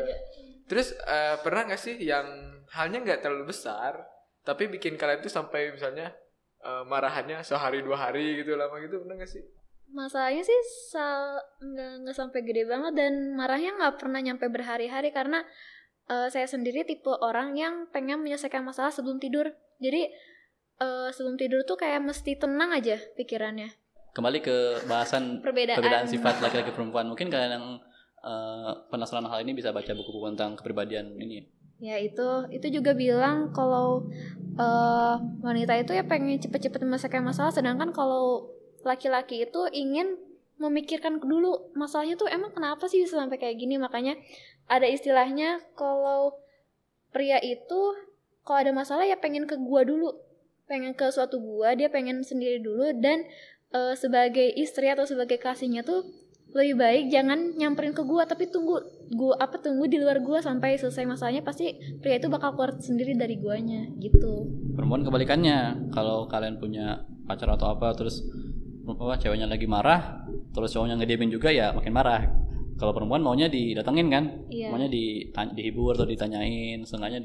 Terus pernah nggak sih yang halnya nggak terlalu besar, tapi bikin kalian tuh sampai misalnya marahannya sehari 2 hari gitu lama gitu, pernah nggak sih? Masalahnya sih nggak sampai gede banget, dan marahnya nggak pernah nyampe berhari-hari karena saya sendiri tipe orang yang pengen menyelesaikan masalah sebelum tidur. Jadi sebelum tidur tuh kayak mesti tenang aja pikirannya. Kembali ke bahasan perbedaan sifat laki-laki perempuan. Mungkin kalian yang penasaran hal ini bisa baca buku-buku tentang kepribadian ini. Ya itu juga bilang kalau wanita itu ya pengen cepet-cepet menyelesaikan masalah, sedangkan kalau laki-laki itu ingin memikirkan dulu masalahnya tuh emang kenapa sih bisa sampai kayak gini. Makanya ada istilahnya kalau pria itu kalau ada masalah ya pengen ke gua dulu, pengen ke suatu gua, dia pengen sendiri dulu. Dan sebagai istri atau sebagai kasihnya tuh lebih baik jangan nyamperin ke gua, tapi tunggu di luar gua sampai selesai masalahnya. Pasti pria itu bakal keluar sendiri dari guanya gitu. Perempuan kebalikannya, kalau kalian punya pacar atau apa terus ceweknya lagi marah terus cowoknya ngediemin juga ya makin marah. Kalau perempuan maunya didatengin kan, maunya dihibur atau ditanyain, seenggaknya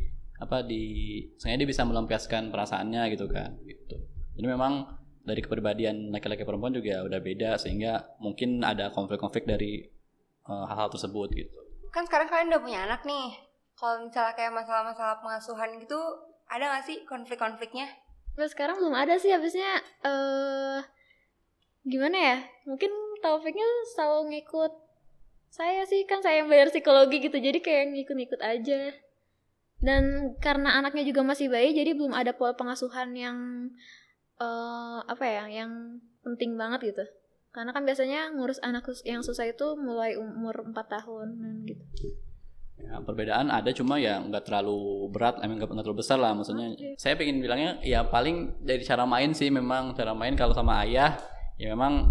seenggaknya dia bisa melampiaskan perasaannya gitu kan gitu. Jadi memang dari kepribadian laki-laki perempuan juga udah beda, sehingga mungkin ada konflik-konflik dari hal-hal tersebut gitu. Kan sekarang kalian udah punya anak nih. Kalau misalnya kayak masalah-masalah pengasuhan gitu, ada gak sih konflik-konfliknya? Terus sekarang belum ada sih, habisnya gimana ya? Mungkin Taufiknya selalu ngikut saya sih, kan saya yang bayar psikologi gitu, jadi kayak ngikut-ngikut aja. Dan karena anaknya juga masih bayi, jadi belum ada pola pengasuhan yang yang penting banget gitu. Karena kan biasanya ngurus anak yang susah itu mulai umur 4 tahun gitu. Ya, perbedaan ada cuma ya nggak terlalu berat, emang nggak terlalu besar lah maksudnya. Saya pengen bilangnya ya paling dari cara main sih, memang cara main kalau sama ayah ya memang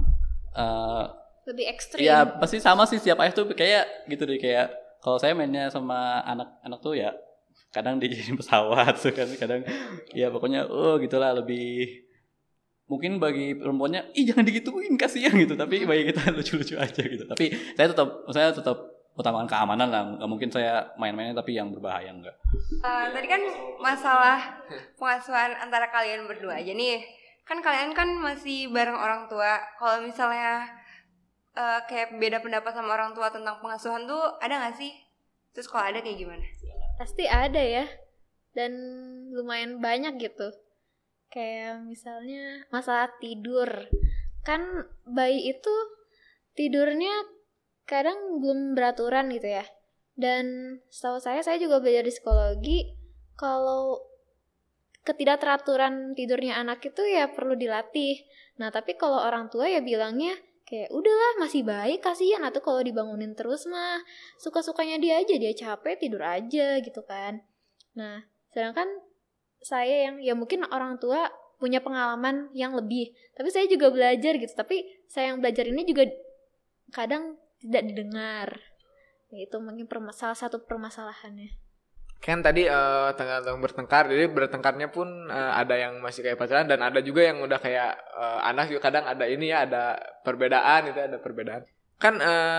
Lebih ekstrim. ya pasti sama sih, setiap ayah tuh kayak gitu deh, kayak kalau saya mainnya sama anak-anak tuh ya kadang dijadiin pesawat tuh kan, kadang ya pokoknya gitulah, lebih mungkin bagi perempuannya jangan digituin kasihan gitu, tapi bagi kita lucu-lucu aja gitu. Tapi saya tetap utamakan keamanan lah, nggak mungkin saya main-mainnya tapi yang berbahaya enggak. Tadi kan masalah pengasuhan antara kalian berdua aja nih. Kan kalian kan masih bareng orang tua. Kalau misalnya kayak beda pendapat sama orang tua tentang pengasuhan tuh ada nggak sih? Terus kalau ada kayak gimana? Pasti ada ya. Dan lumayan banyak gitu. Kayak misalnya masalah tidur. Kan bayi itu tidurnya kadang belum beraturan gitu ya. Dan setahu saya juga belajar di psikologi, kalau ketidakteraturan tidurnya anak itu ya perlu dilatih. Nah, tapi kalau orang tua ya bilangnya kayak udahlah masih bayi, kasihan atau kalau dibangunin terus mah suka-sukanya dia aja, dia capek tidur aja gitu kan. Nah, sedangkan saya yang ya mungkin orang tua punya pengalaman yang lebih, tapi saya juga belajar gitu. Tapi saya yang belajar ini juga kadang tidak didengar. Ya, itu mungkin salah satu permasalahannya. Kan tadi tengah-tengah bertengkar, jadi bertengkarnya pun ada yang masih kayak pacaran dan ada juga yang udah kayak anak juga, kadang ada ini ya, ada perbedaan itu, ada perbedaan. Kan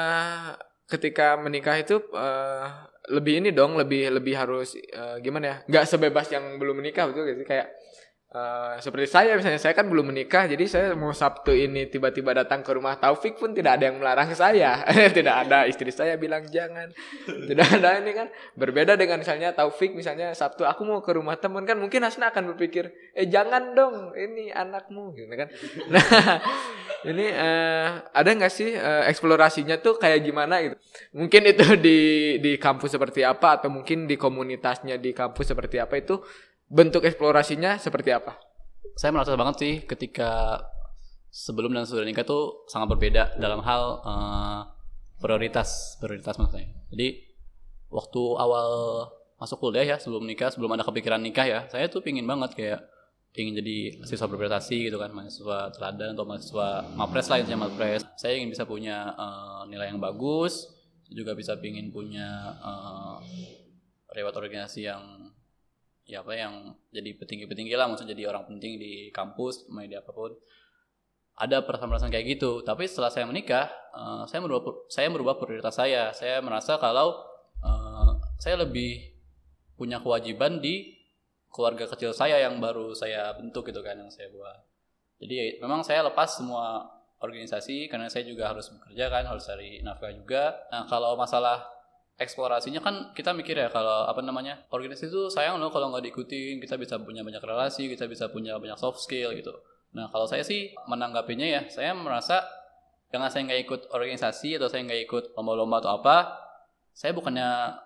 ketika menikah itu lebih ini dong, lebih harus gimana ya? Nggak sebebas yang belum menikah, betul gak sih? Kayak seperti saya misalnya, saya kan belum menikah, jadi saya mau Sabtu ini tiba-tiba datang ke rumah Taufik pun tidak ada yang melarang saya. Tidak ada istri saya bilang jangan, tidak ada ini kan. Berbeda dengan misalnya Taufik, misalnya Sabtu aku mau ke rumah teman, kan mungkin Hasna akan berpikir jangan dong, ini anakmu gitu kan. Nah ini ada nggak sih eksplorasinya tuh kayak gimana gitu? Mungkin itu di kampus seperti apa, atau mungkin di komunitasnya di kampus seperti apa, itu bentuk eksplorasinya seperti apa? Saya merasa banget sih ketika sebelum dan sesudah nikah tuh sangat berbeda dalam hal prioritas maksudnya. Jadi waktu awal masuk kuliah ya, sebelum nikah, sebelum ada kepikiran nikah ya, saya tuh pingin banget kayak ingin jadi mahasiswa berprestasi gitu kan, mahasiswa teladan atau mahasiswa mapres lah, intinya mapres. Saya ingin bisa punya nilai yang bagus, juga bisa pingin punya riwayat organisasi yang ya apa, yang jadi petinggi-petinggi lah, maksudnya jadi orang penting di kampus, di apapun. Ada perasaan-perasaan kayak gitu. Tapi setelah saya menikah, saya merubah prioritas saya. Saya merasa kalau saya lebih punya kewajiban di keluarga kecil saya yang baru saya bentuk gitu kan, yang saya buat. Jadi memang saya lepas semua organisasi karena saya juga harus bekerja kan, harus cari nafkah juga. Nah, kalau masalah eksplorasinya kan kita mikir ya, kalau organisasi itu sayang loh kalau nggak diikutin, kita bisa punya banyak relasi, kita bisa punya banyak soft skill gitu. Nah kalau saya sih menanggapinya ya, saya merasa dengan saya nggak ikut organisasi atau saya nggak ikut lomba-lomba atau apa, saya bukannya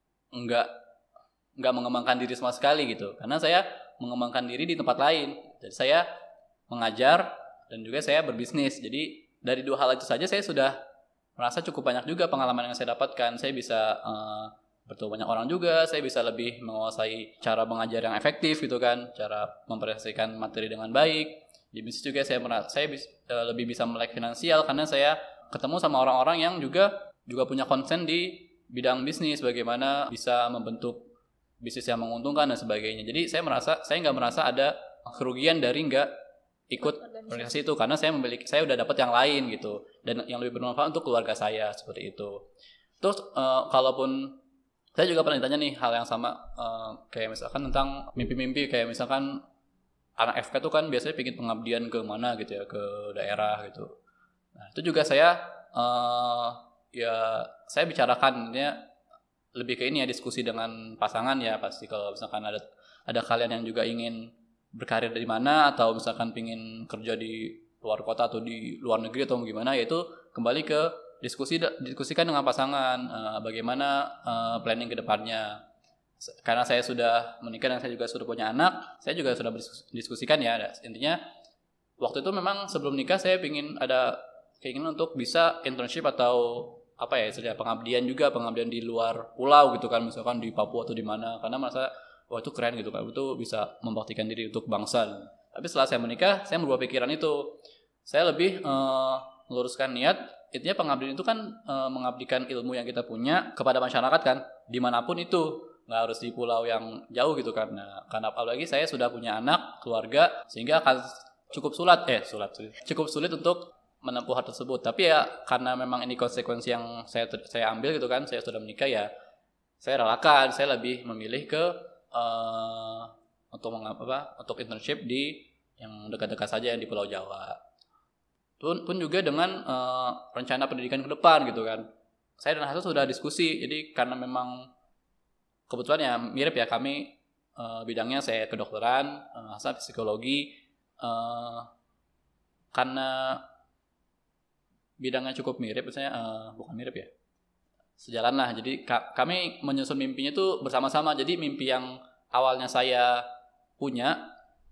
nggak mengembangkan diri sama sekali gitu, karena saya mengembangkan diri di tempat lain. Jadi saya mengajar dan juga saya berbisnis. Jadi dari dua hal itu saja saya sudah merasa cukup banyak juga pengalaman yang saya dapatkan. Saya bisa bertemu banyak orang juga, saya bisa lebih menguasai cara mengajar yang efektif gitu kan, cara mempresentasikan materi dengan baik. Di bisnis juga saya lebih bisa melek finansial karena saya ketemu sama orang-orang yang juga punya konsen di bidang bisnis, bagaimana bisa membentuk bisnis yang menguntungkan dan sebagainya. Jadi saya nggak merasa ada kerugian dari nggak ikut organisasi itu, karena saya udah dapat yang lain gitu, dan yang lebih bermanfaat untuk keluarga saya, seperti itu. Terus kalaupun saya juga pernah ditanya nih hal yang sama, kayak misalkan tentang mimpi-mimpi, kayak misalkan anak FK tuh kan biasanya pengen pengabdian ke mana gitu ya, ke daerah gitu. Nah itu juga saya saya bicarakan ya, lebih ke ini ya, diskusi dengan pasangan ya, pasti kalau misalkan ada kalian yang juga ingin berkarir dari mana, atau misalkan pingin kerja di luar kota atau di luar negeri atau gimana, yaitu kembali ke diskusikan dengan pasangan bagaimana planning ke depannya. Karena saya sudah menikah dan saya juga sudah punya anak, saya juga sudah diskusikan ya. Intinya waktu itu memang sebelum nikah saya ada keinginan untuk bisa internship atau apa ya istilahnya pengabdian di luar pulau gitu kan, misalkan di Papua atau di mana, karena merasa wah itu keren gitu kan, itu bisa membaktikan diri untuk bangsa. Tapi setelah saya menikah, saya merubah pikiran itu. Saya lebih meluruskan niat, intinya pengabdian itu kan mengabdikan ilmu yang kita punya kepada masyarakat kan, dimanapun itu, nggak harus di pulau yang jauh gitu kan. Nah, karena apalagi saya sudah punya anak, keluarga, sehingga akan cukup sulit untuk menempuh hal tersebut. Tapi ya karena memang ini konsekuensi yang saya ambil gitu kan, saya sudah menikah ya, saya relakan, saya lebih memilih ke untuk internship di yang dekat-dekat saja yang di Pulau Jawa. Pun juga dengan rencana pendidikan ke depan gitu kan. Saya dan Hasan sudah diskusi. Jadi karena memang kebetulan ya mirip ya, kami bidangnya saya kedokteran, Hasan psikologi. Karena bidangnya cukup mirip, misalnya bukan mirip ya, sejalan lah. Jadi kami menyusun mimpinya itu bersama-sama. Jadi mimpi yang awalnya saya punya,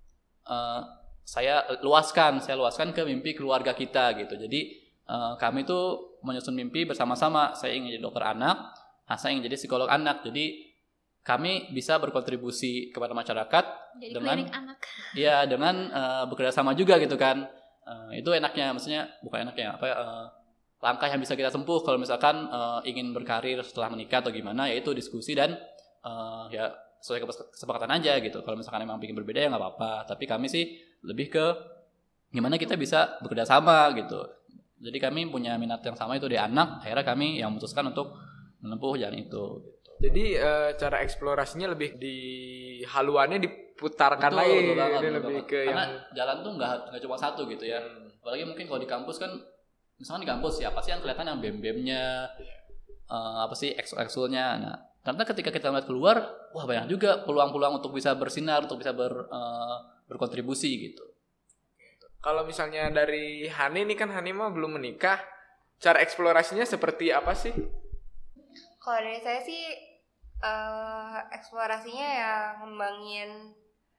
saya luaskan ke mimpi keluarga kita gitu. Jadi kami tuh menyusun mimpi bersama-sama. Saya ingin jadi dokter anak, Hasan ingin jadi psikolog anak. Jadi kami bisa berkontribusi kepada masyarakat Jadi dengan klinik anak. iya, dengan bekerja sama juga gitu kan. Itu enaknya, maksudnya bukan enaknya langkah yang bisa kita tempuh kalau misalkan ingin berkarir setelah menikah atau gimana, yaitu diskusi dan ya sesuai kesepakatan aja gitu. Kalau misalkan emang bikin berbeda ya nggak apa-apa, tapi kami sih lebih ke gimana kita bisa bekerja sama gitu. Jadi kami punya minat yang sama itu di anak, akhirnya kami yang memutuskan untuk menempuh jalan itu gitu. Jadi cara eksplorasinya lebih di haluannya diputarkan lagi, Betul lebih banget. ke Karena yang jalan tuh nggak cuma satu gitu ya. Apalagi mungkin kalau di kampus kan, misalkan di kampus ya pasti yang kelihatan yang bem-bemnya, apa sih eksul-eksulnya. Nah, karena ketika kita melihat keluar, wah banyak juga peluang-peluang untuk bisa bersinar, untuk bisa berkontribusi gitu. kalau misalnya dari Hani ini kan Hani mah belum menikah, cara eksplorasinya seperti apa sih? Kalau dari saya sih eksplorasinya ya ngembangin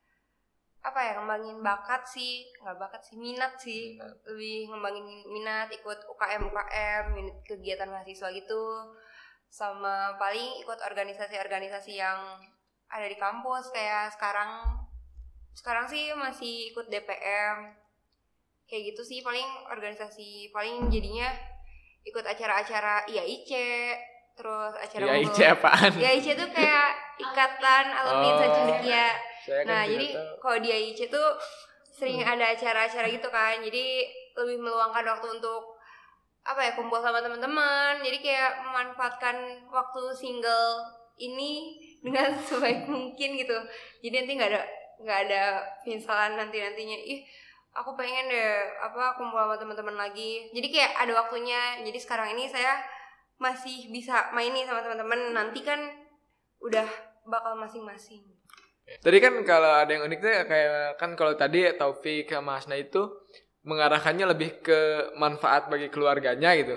minat sih. Lebih ngembangin minat, ikut UKM, unit kegiatan mahasiswa gitu, sama paling ikut organisasi-organisasi yang ada di kampus. Kayak sekarang sih masih ikut DPM kayak gitu sih. Paling organisasi, paling jadinya ikut acara-acara IAIC, terus acara IAIC apaan? IAIC tuh kayak Ikatan Alumni Insan Cendekia. Nah, jadi kalau di IAIC tuh sering ada acara-acara gitu kan. Jadi lebih meluangkan waktu untuk kumpul sama teman-teman. Jadi kayak memanfaatkan waktu single ini dengan sebaik mungkin gitu. Jadi nanti nggak ada penyesalan nantinya. Aku pengen deh kumpul sama teman-teman lagi. Jadi kayak ada waktunya. Jadi sekarang ini saya masih bisa main nih sama teman-teman. Nanti kan udah bakal masing-masing. Tadi kan kalau ada yang unik tuh kayak kan kalau tadi Taufik sama Hasna itu mengarahkannya lebih ke manfaat bagi keluarganya gitu.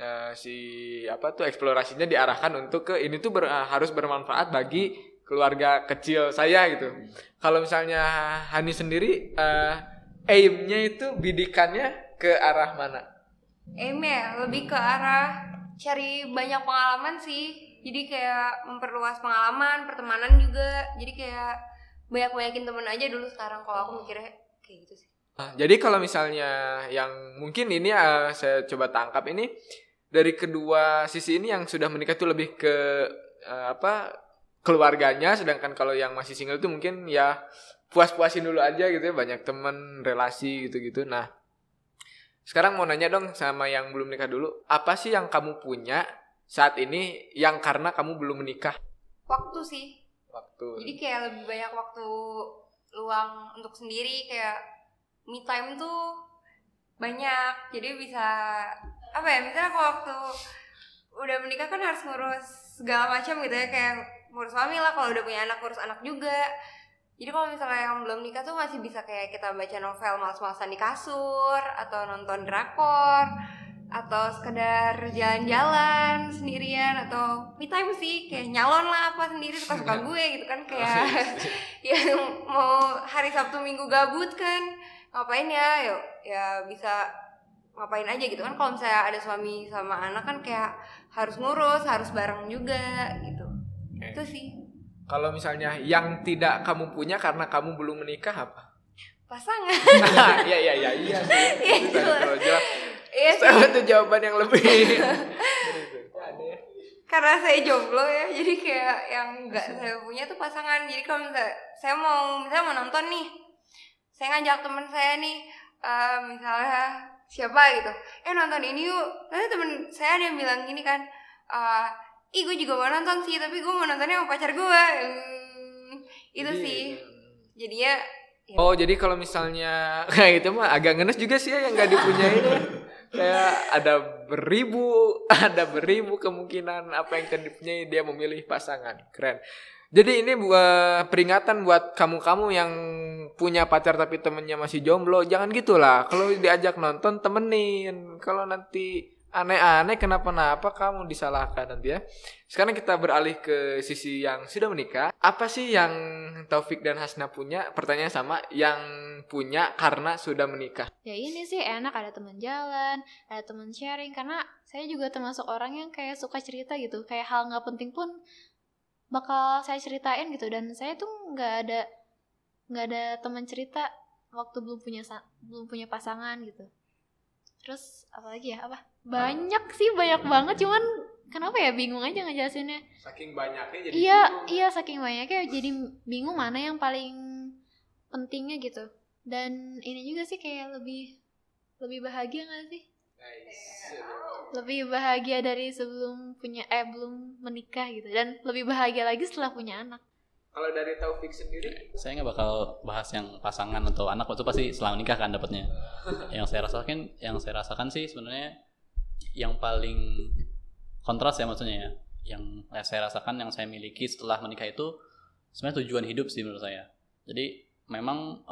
Eksplorasinya diarahkan untuk ke ini tuh harus bermanfaat bagi keluarga kecil saya gitu. Kalau misalnya Hani sendiri aim-nya itu bidikannya ke arah mana? Aim-nya lebih ke arah cari banyak pengalaman sih. Jadi kayak memperluas pengalaman, pertemanan juga. Jadi kayak banyakin temen aja dulu sekarang. Kalau aku mikirnya kayak gitu sih. Jadi kalau misalnya yang mungkin ini saya coba tangkap ini dari kedua sisi ini, yang sudah menikah itu lebih ke keluarganya, sedangkan kalau yang masih single itu mungkin ya puas-puasin dulu aja gitu ya, banyak teman, relasi gitu-gitu. Nah, sekarang mau nanya dong sama yang belum nikah dulu, apa sih yang kamu punya saat ini yang karena kamu belum menikah? Waktu sih. Waktu. Jadi kayak lebih banyak waktu luang untuk sendiri, kayak me time tuh banyak. Jadi bisa misalnya kalau waktu udah menikah kan harus ngurus segala macam gitu ya, kayak ngurus suami lah, kalau udah punya anak ngurus anak juga. Jadi kalau misalnya yang belum nikah tuh masih bisa kayak kita baca novel malas-malasan di kasur, atau nonton drakor, atau sekedar jalan-jalan sendirian, atau me time sih, kayak nyalon lah apa sendiri suka-suka gue gitu kan. Kayak yang mau hari Sabtu Minggu gabut kan, ngapain ya, yuk ya bisa ngapain aja gitu kan. Kalau misalnya ada suami sama anak kan kayak harus ngurus, harus bareng juga gitu. Itu sih. Kalau misalnya yang tidak kamu punya karena kamu belum menikah apa? Pasangan. Iya sih. Iya, Itu tadi kalau jawab, Iya sih. itu jawaban yang lebih. Karena saya jomblo ya, jadi kayak yang nggak saya punya tuh pasangan. Jadi kalau misalnya saya mau nonton nih, saya ngajak teman saya nih, misalnya siapa gitu, nonton ini yuk. Nanti temen saya ada yang bilang gini kan, ih gue juga mau nonton sih, tapi gue mau nontonnya sama pacar gue. Itu Jadi, sih. Jadinya ya. Oh, jadi kalau misalnya kayak gitu mah agak ngenes juga sih ya yang nggak dipunyain ya. Kayak ada beribu kemungkinan apa yang akan dipunyai, dia memilih pasangan. Keren. Jadi ini buat peringatan buat kamu-kamu yang punya pacar tapi temennya masih jomblo, jangan gitulah. Kalau diajak nonton temenin. Kalau nanti aneh-aneh kenapa-napa kamu disalahkan nanti ya. Sekarang kita beralih ke sisi yang sudah menikah. Apa sih yang Taufik dan Hasna punya? Pertanyaan sama, yang punya karena sudah menikah. Ya ini sih enak, ada teman jalan, ada teman sharing. Karena saya juga termasuk orang yang kayak suka cerita gitu. Kayak hal nggak penting pun bakal saya ceritain gitu. Dan saya tuh nggak ada teman cerita waktu belum punya pasangan gitu. Terus apalagi ya, banyak banget, cuman kenapa ya bingung aja ngejelasinnya. Saking banyaknya jadi Iya saking banyaknya jadi bingung mana yang paling pentingnya gitu. Dan ini juga sih kayak lebih bahagia gak sih? Lebih bahagia dari belum menikah gitu, dan lebih bahagia lagi setelah punya anak. Kalau dari Taufik sendiri, Saya nggak bakal bahas yang pasangan atau anak, itu pasti setelah menikah kan dapatnya. Yang saya rasakan sih sebenarnya yang paling kontras ya, maksudnya ya. Yang saya rasakan, yang saya miliki setelah menikah itu sebenarnya tujuan hidup sih menurut saya. Jadi memang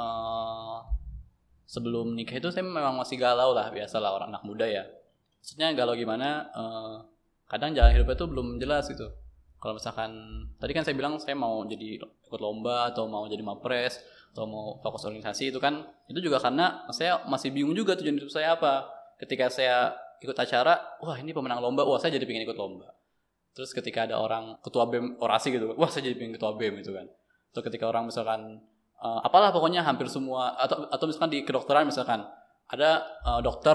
sebelum nikah itu saya memang masih galau lah, biasalah orang anak muda ya. Maksudnya galau gimana? Kadang jalan hidupnya tuh belum jelas gitu. Kalau misalkan tadi kan saya bilang saya mau jadi ikut lomba atau mau jadi mapres atau mau fokus organisasi, itu kan itu juga karena saya masih bingung juga tujuan hidup saya apa. Ketika saya ikut acara, wah ini pemenang lomba, wah saya jadi pengen ikut lomba. Terus ketika ada orang ketua BEM orasi gitu, wah saya jadi pengen ketua BEM gitu kan. Atau ketika orang misalkan apalah pokoknya hampir semua, atau misalkan di kedokteran misalkan ada dokter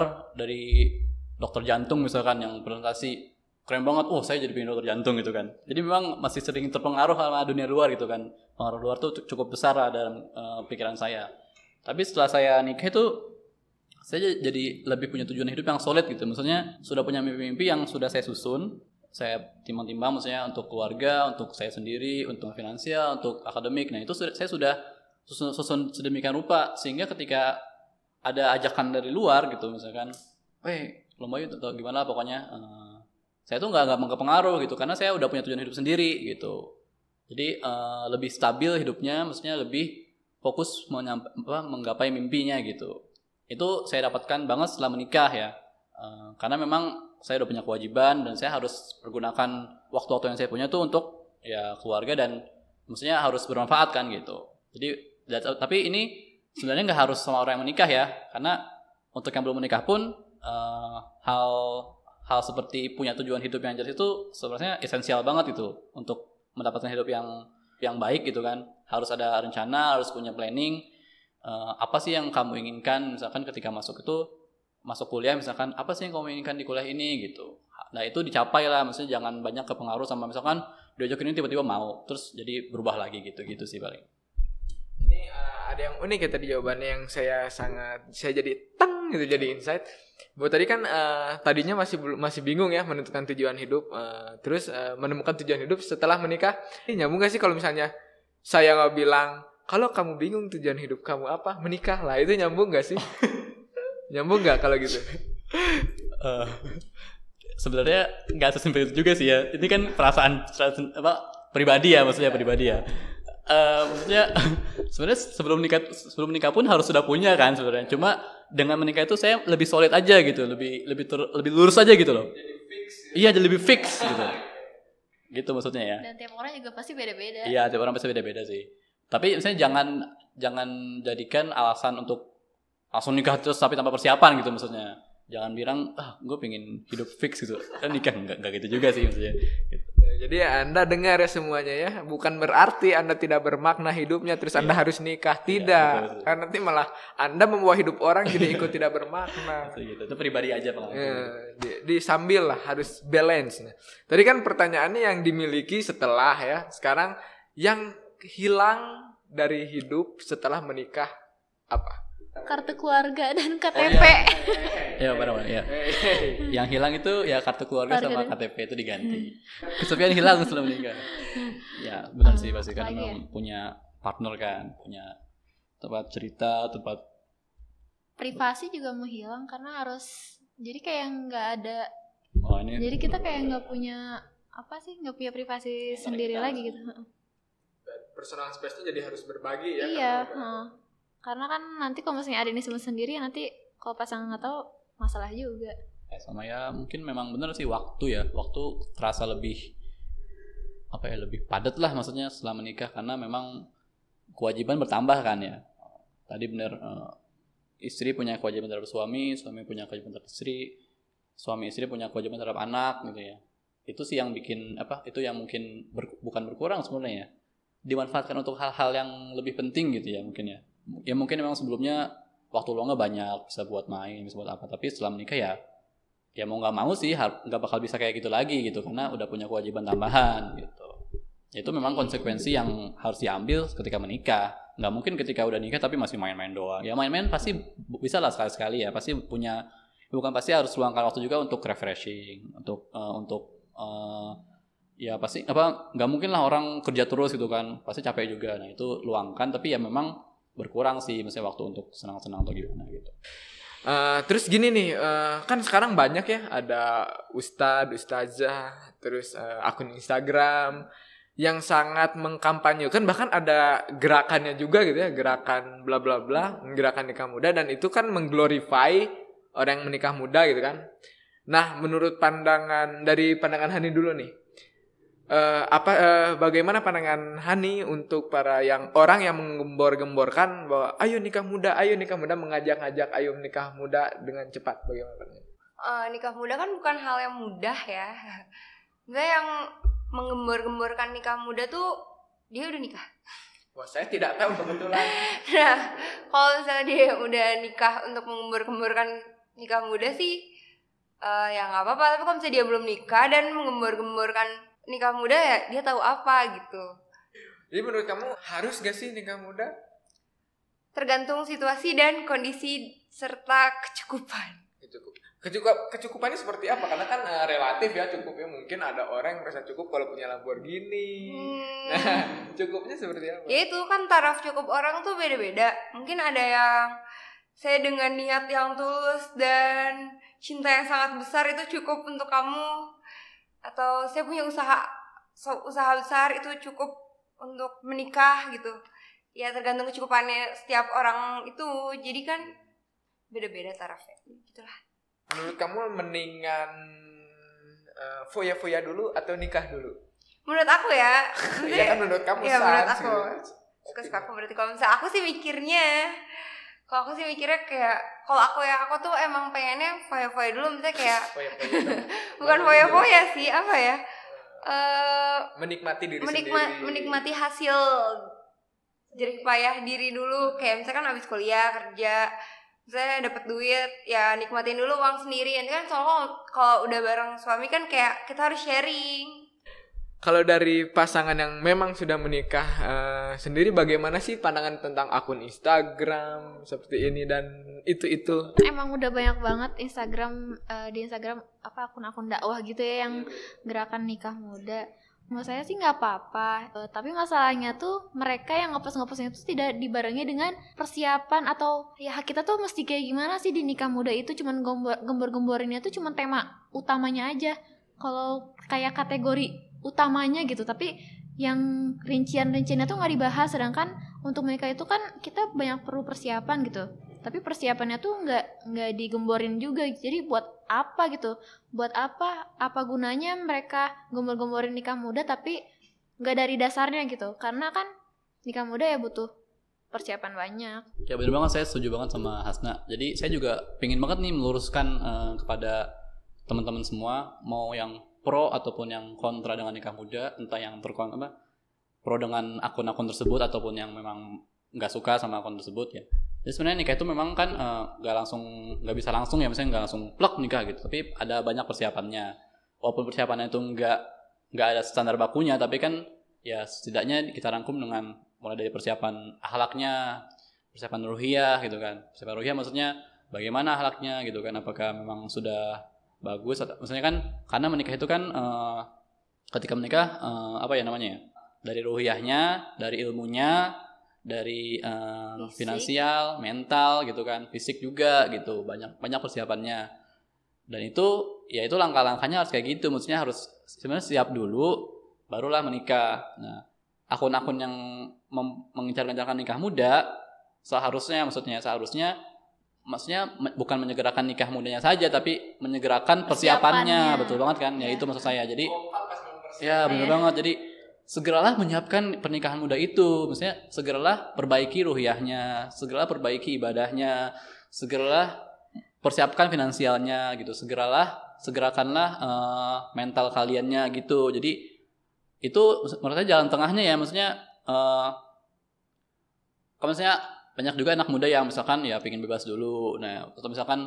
jantung misalkan yang presentasi keren banget, saya jadi pengen dokter jantung gitu kan. Jadi memang masih sering terpengaruh sama dunia luar gitu kan. Pengaruh luar tuh cukup besar lah dalam pikiran saya. Tapi setelah saya nikah itu saya jadi lebih punya tujuan hidup yang solid gitu. Maksudnya sudah punya mimpi-mimpi yang sudah saya susun, saya timbang-timbang, maksudnya untuk keluarga, untuk saya sendiri, untuk finansial, untuk akademik. Nah itu saya sudah susun sedemikian rupa sehingga ketika ada ajakan dari luar gitu misalkan, lomba itu atau gimana pokoknya, saya tuh nggak pengaruh gitu karena saya udah punya tujuan hidup sendiri gitu. Jadi lebih stabil hidupnya, maksudnya lebih fokus menggapai mimpinya gitu. Itu saya dapatkan banget setelah menikah ya, karena memang saya udah punya kewajiban dan saya harus pergunakan waktu-waktu yang saya punya tuh untuk ya keluarga, dan maksudnya harus bermanfaat kan gitu. Jadi tapi ini sebenarnya nggak harus sama orang yang menikah ya, karena untuk yang belum menikah pun hal seperti punya tujuan hidup yang jelas itu sebenarnya esensial banget itu untuk mendapatkan hidup yang baik gitu kan. Harus ada rencana, harus punya planning. Apa sih yang kamu inginkan misalkan ketika masuk kuliah, misalkan apa sih yang kamu inginkan di kuliah ini gitu. Nah itu dicapai lah, maksudnya jangan banyak kepengaruh sama misalkan diajakin ini tiba-tiba mau terus jadi berubah lagi gitu sih paling. Ini ada yang unik ya tadi jawabannya, yang saya jadi gitu, jadi insight. Buat tadi kan tadinya masih bingung ya menentukan tujuan hidup, terus menemukan tujuan hidup setelah menikah. Ini nyambung gak sih kalau misalnya saya nggak bilang kalau kamu bingung tujuan hidup kamu apa, menikah lah, itu nyambung gak sih? Nyambung gak kalau gitu? Sebenarnya nggak sesimpel itu juga sih ya. Ini kan perasaan pribadi ya, maksudnya pribadi ya. Maksudnya sebenarnya sebelum nikah pun harus sudah punya kan sebenarnya. Cuma dengan menikah itu saya lebih solid aja gitu, lebih lurus aja gitu loh. Iya, jadi lebih fix gitu. Gitu maksudnya ya. Dan tiap orang juga pasti beda-beda. Iya, tiap orang pasti beda-beda sih. Tapi misalnya jangan jadikan alasan untuk langsung nikah terus tapi tanpa persiapan gitu maksudnya. Jangan bilang gue pengen hidup fix gitu. Kan nikah enggak gitu juga sih maksudnya. Gitu. Jadi ya Anda dengar ya semuanya ya, bukan berarti Anda tidak bermakna hidupnya terus Anda harus nikah, tidak. betul. Karena nanti malah Anda membawa hidup orang jadi ikut tidak bermakna. Gitu. Itu pribadi aja pengalaman. Ya, di sambil lah harus balance. Nah, tadi kan pertanyaannya yang dimiliki setelah ya, sekarang yang hilang dari hidup setelah menikah apa? Kartu keluarga dan KTP. Ya benar ya. Yang hilang itu ya kartu keluarga sama KTP itu diganti. Kesepian hilang setelah menikah. Ya benar sih pasti kan memang punya partner kan, punya tempat cerita, tempat Privasi juga mau hilang karena harus jadi kayak nggak ada. ini. Jadi kita kayak nggak punya nggak punya privasi sendiri lagi gitu. Personal space-nya jadi harus berbagi ya. Iya. Karena kan nanti kalau misalnya ada ini semua sendiri nanti kalau pasangan nggak tahu masalah juga. Sama ya mungkin memang benar sih waktu terasa lebih lebih padat lah maksudnya setelah menikah karena memang kewajiban bertambah kan ya. Tadi benar istri punya kewajiban terhadap suami punya kewajiban terhadap istri, suami istri punya kewajiban terhadap anak gitu ya. Itu sih yang bikin itu yang mungkin bukan berkurang sebenarnya ya. Dimanfaatkan untuk hal-hal yang lebih penting gitu ya mungkin ya. Ya mungkin memang sebelumnya waktu luangnya banyak, bisa buat main, bisa buat apa, tapi setelah menikah ya mau nggak mau sih nggak bakal bisa kayak gitu lagi gitu karena udah punya kewajiban tambahan gitu. Itu memang konsekuensi yang harus diambil ketika menikah. Nggak mungkin ketika udah nikah tapi masih main-main doang. Ya main-main pasti bisa lah sekali-sekali ya, pasti punya, bukan pasti harus luangkan waktu juga untuk refreshing, untuk ya pasti nggak mungkin lah orang kerja terus gitu kan, pasti capek juga. Nah itu luangkan, tapi ya memang berkurang sih misalnya waktu untuk senang-senang atau gimana gitu. Terus gini nih, kan sekarang banyak ya ada ustazah, terus akun Instagram yang sangat mengkampanyekan, bahkan ada gerakannya juga gitu ya, gerakan bla bla bla, gerakan nikah muda, dan itu kan mengglorify orang yang menikah muda gitu kan. Nah, menurut dari pandangan Hani dulu nih, bagaimana pandangan Hani untuk para orang yang menggembor-gemborkan bahwa ayo nikah muda, mengajak-ngajak ayo nikah muda dengan cepat, bagaimana? Nikah muda kan bukan hal yang mudah ya. Sebenarnya yang menggembor-gemborkan nikah muda tuh dia udah nikah. Wah, saya tidak tahu kebetulan. Nah, kalau misalnya dia udah nikah untuk menggembor-gemborkan nikah muda sih ya nggak apa-apa. Tapi kalau misalnya dia belum nikah dan menggembor-gemborkan nikah muda ya dia tahu apa gitu. Jadi menurut kamu harus gak sih nikah muda? Tergantung situasi dan kondisi serta kecukupan. Kecukupannya seperti apa? Karena kan relatif ya cukupnya. Mungkin ada orang yang merasa cukup kalau punya Lamborghini. Nah, cukupnya seperti apa? Ya itu kan taraf cukup orang tuh beda-beda. Mungkin ada yang saya dengan niat yang tulus dan cinta yang sangat besar itu cukup untuk kamu. Atau saya punya usaha besar itu cukup untuk menikah gitu. Ya tergantung kecukupannya setiap orang itu. Jadi kan beda-beda tarafnya gitulah. Menurut kamu mendingan foya-foya dulu atau nikah dulu? Menurut aku ya. Iya kan menurut kamu. Ya menurut aku. Suka-suka aku berarti kalau misalnya aku sih mikirnya. Kalau aku sih mikirnya kayak, kalau aku tuh emang pengennya foya-foya dulu, misalnya kayak bukan foya-foya sih, apa ya? Menikmati diri sendiri. Menikmati hasil jerih payah diri dulu, kayak misalkan habis kuliah, kerja, misalnya dapat duit, ya nikmatin dulu uang sendiri. Nanti kan soalnya kalau udah bareng suami kan kayak kita harus sharing. Kalau dari pasangan yang memang sudah menikah sendiri, bagaimana sih pandangan tentang akun Instagram seperti ini dan itu? Emang udah banyak banget di Instagram akun-akun dakwah gitu ya yang gerakan nikah muda. Menurut saya sih nggak apa-apa, tapi masalahnya tuh mereka yang ngepost-ngepostnya itu tidak dibarengi dengan persiapan atau ya kita tuh mesti kayak gimana sih di nikah muda itu, cuman gembor-gemborinnya tuh cuman tema utamanya aja. Kalau kayak kategori utamanya gitu, tapi yang rincian-rinciannya tuh nggak dibahas. Sedangkan untuk menikah itu kan kita banyak perlu persiapan gitu, tapi persiapannya tuh nggak digemborin juga. Jadi buat apa gitu? Buat apa gunanya mereka gembor-gemborin nikah muda tapi nggak dari dasarnya gitu? Karena kan nikah muda ya butuh persiapan banyak. Ya bener banget, saya setuju banget sama Hasna. Jadi saya juga pengen banget nih meluruskan kepada teman-teman semua, mau yang pro ataupun yang kontra dengan nikah muda, entah yang pro dengan akun-akun tersebut ataupun yang memang nggak suka sama akun tersebut ya. Jadi sebenarnya nikah itu memang kan nggak bisa langsung ya, misalnya nggak langsung plak nikah gitu. Tapi ada banyak persiapannya. Walaupun persiapannya itu nggak ada standar bakunya, tapi kan ya setidaknya kita rangkum dengan mulai dari persiapan akhlaknya, persiapan ruhiyah gitu kan. Persiapan ruhiyah maksudnya bagaimana akhlaknya gitu kan, apakah memang sudah bagus atau maksudnya kan karena menikah itu kan ketika menikah dari ruhiyahnya, dari ilmunya, dari finansial, mental gitu kan, fisik juga gitu, banyak persiapannya. Dan itu langkah-langkahnya harus kayak gitu, maksudnya harus sebenarnya siap dulu barulah menikah. Nah, akun-akun yang mengincar-incarkan nikah muda seharusnya bukan menyegerakan nikah mudanya saja, tapi menyegerakan persiapannya. Betul banget kan? Ya itu maksud saya. Jadi ya benar banget. Jadi segeralah menyiapkan pernikahan muda itu. Maksudnya segeralah perbaiki ruhiyahnya, segeralah perbaiki ibadahnya, segeralah persiapkan finansialnya gitu. Segerakanlah mental kaliannya gitu. Jadi itu menurut saya jalan tengahnya ya, maksudnya kalau misalnya banyak juga anak muda yang misalkan ya pengen bebas dulu, nah atau misalkan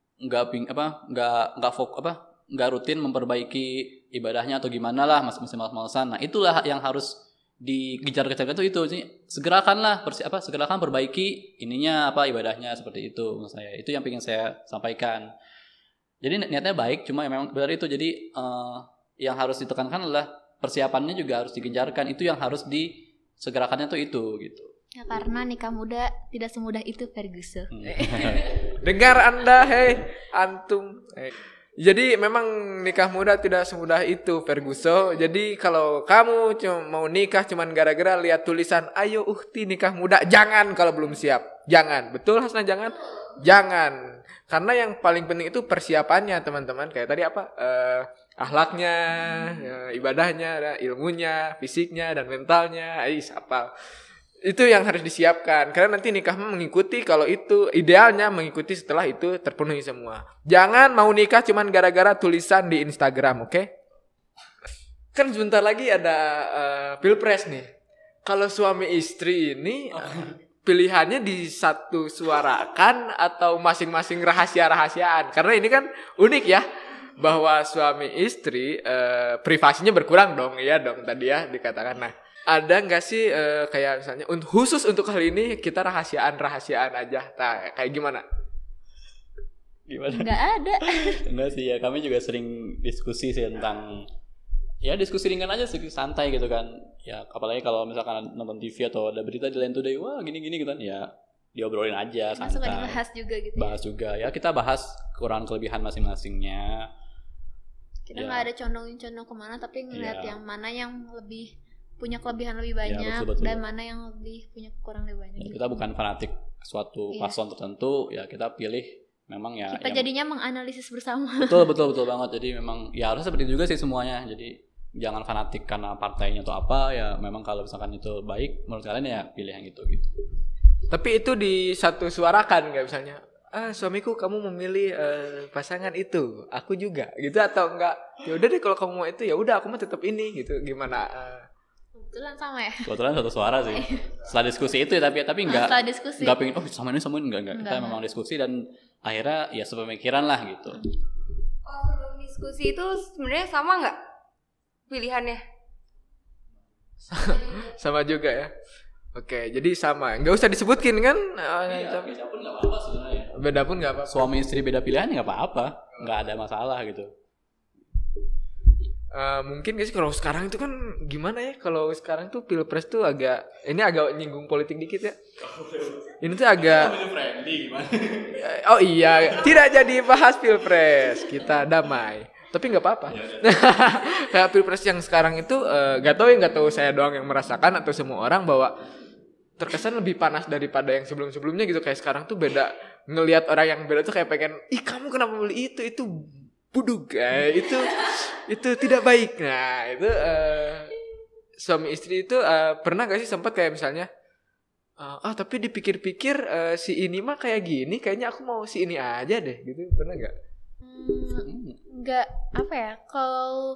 nggak rutin memperbaiki ibadahnya atau gimana lah, masih malas-malasan. Nah itulah yang harus dikejar-kejar itu segerakan perbaiki ibadahnya seperti itu. Menurut saya itu yang pengen saya sampaikan. Jadi niatnya baik, cuma memang benar itu. Jadi yang harus ditekankan adalah persiapannya juga harus digencarkan, itu yang harus disegerakannya itu gitu. Ya karena nikah muda tidak semudah itu, Ferguson. Dengar Anda, hei antum. Jadi memang nikah muda tidak semudah itu, Ferguson. Jadi kalau kamu cuma mau nikah cuman gara-gara lihat tulisan ayo ukti nikah muda, jangan kalau belum siap. Jangan. Betul Hasna, jangan. Jangan. Karena yang paling penting itu persiapannya, teman-teman. Kayak tadi akhlaknya, ibadahnya, ilmunya, fisiknya dan mentalnya. Apa? Itu yang harus disiapkan. Karena nanti nikah mengikuti, kalau itu idealnya mengikuti setelah itu terpenuhi semua. Jangan mau nikah cuman gara-gara tulisan di Instagram, oke? Kan sebentar lagi ada Pilpres nih. Kalau suami istri ini pilihannya disatu suarakan atau masing-masing rahasia-rahasiaan. Karena ini kan unik ya, bahwa suami istri privasinya berkurang dong, iya dong tadi ya dikatakan. Nah, ada nggak sih kayak misalnya khusus untuk hal ini kita rahasiaan aja, nah kayak gimana? Nggak ada. Enggak sih ya, kami juga sering diskusi sih tentang ya diskusi ringan aja sih, santai gitu kan ya, apalagi kalau misalkan nonton TV atau ada berita di Line Today, wah gini gitu kan ya, diobrolin aja santai. Suka dibahas juga gitu. Bahas juga ya, kita bahas kekurangan kelebihan masing-masingnya. Kita nggak ada condong kemana, tapi ngeliat yang mana yang lebih punya kelebihan lebih banyak, betul. Dan mana yang lebih punya kekurangan lebih banyak. Ya, kita bukan fanatik suatu paslon tertentu, ya kita pilih memang ya. Kita jadinya menganalisis bersama. Betul banget. Jadi memang ya harusnya seperti itu juga sih semuanya. Jadi jangan fanatik karena partainya atau apa ya. Memang kalau misalkan itu baik menurut kalian ya pilih yang itu gitu. Tapi itu disatu suarakan nggak misalnya? Suamiku kamu memilih pasangan itu, aku juga gitu, atau enggak? Ya udah deh kalau kamu mau itu ya udah aku mah tetap ini gitu. Gimana? Kebetulan sama ya. Kebetulan satu suara sih. Setelah diskusi itu ya, tapi enggak. Setelah diskusi. Enggak pengen sama ini enggak. Kita memang diskusi dan akhirnya ya sepemikiran lah gitu. Sebelum diskusi itu sebenarnya sama enggak pilihannya? Sama juga ya. Oke, jadi sama. Enggak usah disebutkin kan? Beda pun enggak apa-apa sebenarnya. Beda pun enggak apa-apa. Suami istri beda pilihan enggak apa-apa. Enggak ada masalah gitu. Mungkin guys kalau sekarang itu kan gimana ya, kalau sekarang tuh Pilpres tuh agak nyinggung politik dikit ya. Ini tuh agak oh iya, tidak jadi bahas Pilpres, kita damai. Tapi nggak apa-apa. Kayak Pilpres yang sekarang itu nggak tahu saya doang yang merasakan atau semua orang, bahwa terkesan lebih panas daripada yang sebelum-sebelumnya gitu. Kayak sekarang tuh beda, ngelihat orang yang beda tuh kayak pengen, ih kamu kenapa beli itu buduk, itu tidak baik. Nah itu suami istri itu pernah gak sih sempat kayak misalnya Tapi dipikir-pikir si ini mah kayak gini, kayaknya aku mau si ini aja deh gitu, pernah nggak? Nggak, apa ya, kalau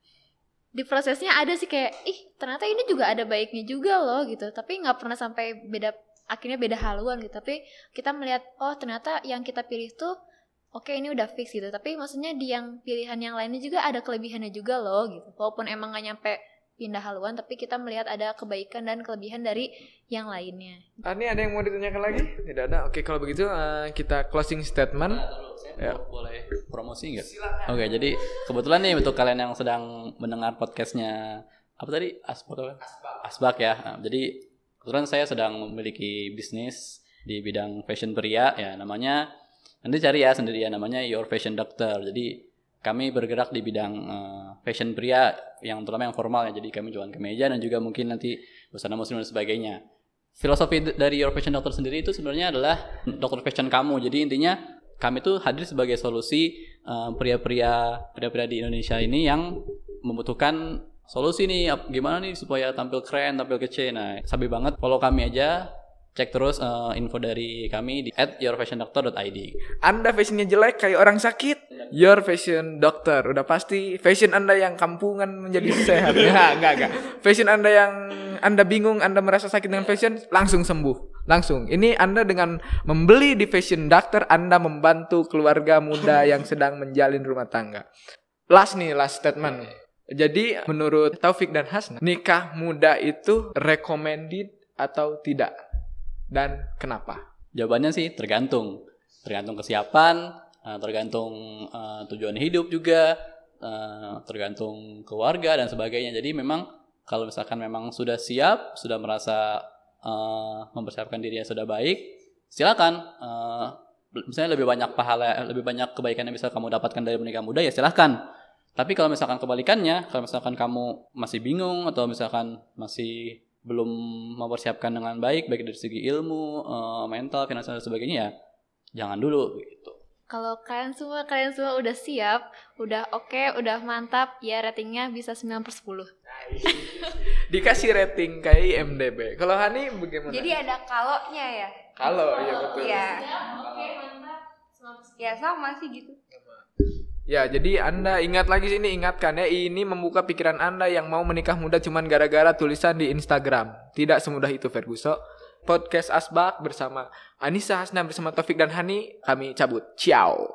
di prosesnya ada sih kayak ternyata ini juga ada baiknya juga loh gitu, tapi nggak pernah sampai akhirnya beda haluan gitu. Tapi kita melihat ternyata yang kita pilih tuh oke, ini udah fix gitu, tapi maksudnya di yang pilihan yang lainnya juga ada kelebihannya juga loh gitu, walaupun emang nggak nyampe pindah haluan, tapi kita melihat ada kebaikan dan kelebihan dari yang lainnya. Ini ada yang mau ditanyakan lagi? Tidak ada. Oke, kalau begitu kita closing statement. Ya. Boleh promosi nggak? Oke, jadi kebetulan nih untuk kalian yang sedang mendengar podcastnya apa tadi? Asbak ya. Jadi kebetulan saya sedang memiliki bisnis di bidang fashion pria ya, namanya nanti cari ya sendiri ya, namanya Your Fashion Doctor. Jadi kami bergerak di bidang fashion pria yang terutama yang formal ya. Jadi kami jualan kemeja dan juga mungkin nanti busana muslim dan sebagainya. Filosofi dari Your Fashion Doctor sendiri itu sebenarnya adalah dokter fashion kamu. Jadi intinya kami tuh hadir sebagai solusi pria-pria di Indonesia ini yang membutuhkan solusi nih, gimana nih supaya tampil keren, tampil kece. Nah, sabi banget follow kami aja. Cek terus info dari kami di @yourfashiondoctor.id. Anda fashionnya jelek kayak orang sakit, Your Fashion Doctor. Udah pasti fashion Anda yang kampungan menjadi sehat. Enggak. Fashion Anda yang Anda bingung, Anda merasa sakit dengan fashion, langsung sembuh. Langsung. Ini Anda dengan membeli di Fashion Doctor, Anda membantu keluarga muda yang sedang menjalin rumah tangga. Last statement. Jadi menurut Taufik dan Hasna, nikah muda itu recommended atau tidak? Dan kenapa? Jawabannya sih tergantung kesiapan, tergantung tujuan hidup juga, tergantung keluarga dan sebagainya. Jadi memang kalau misalkan memang sudah siap, sudah merasa mempersiapkan dirinya sudah baik, silakan. Misalnya lebih banyak pahala, lebih banyak kebaikan yang bisa kamu dapatkan dari menikah muda, ya silakan. Tapi kalau misalkan kebalikannya, kalau misalkan kamu masih bingung atau misalkan masih belum mempersiapkan dengan baik dari segi ilmu, mental, finansial dan sebagainya, ya jangan dulu gitu. Kalau kalian semua udah siap, udah oke, udah mantap, ya ratingnya bisa 9/10. Dikasih rating kayak IMDb. Kalau Hani bagaimana? Jadi ada kalonya ya. Kalau iya betul. Iya. Oke, mantap. 9/10. Ya sama sih gitu. Ya, jadi Anda ingatkan ya, ini membuka pikiran Anda yang mau menikah muda cuman gara-gara tulisan di Instagram. Tidak semudah itu, Ferguson. Podcast Asbak bersama Anissa, Hasna, bersama Taufik dan Hani, kami cabut. Ciao.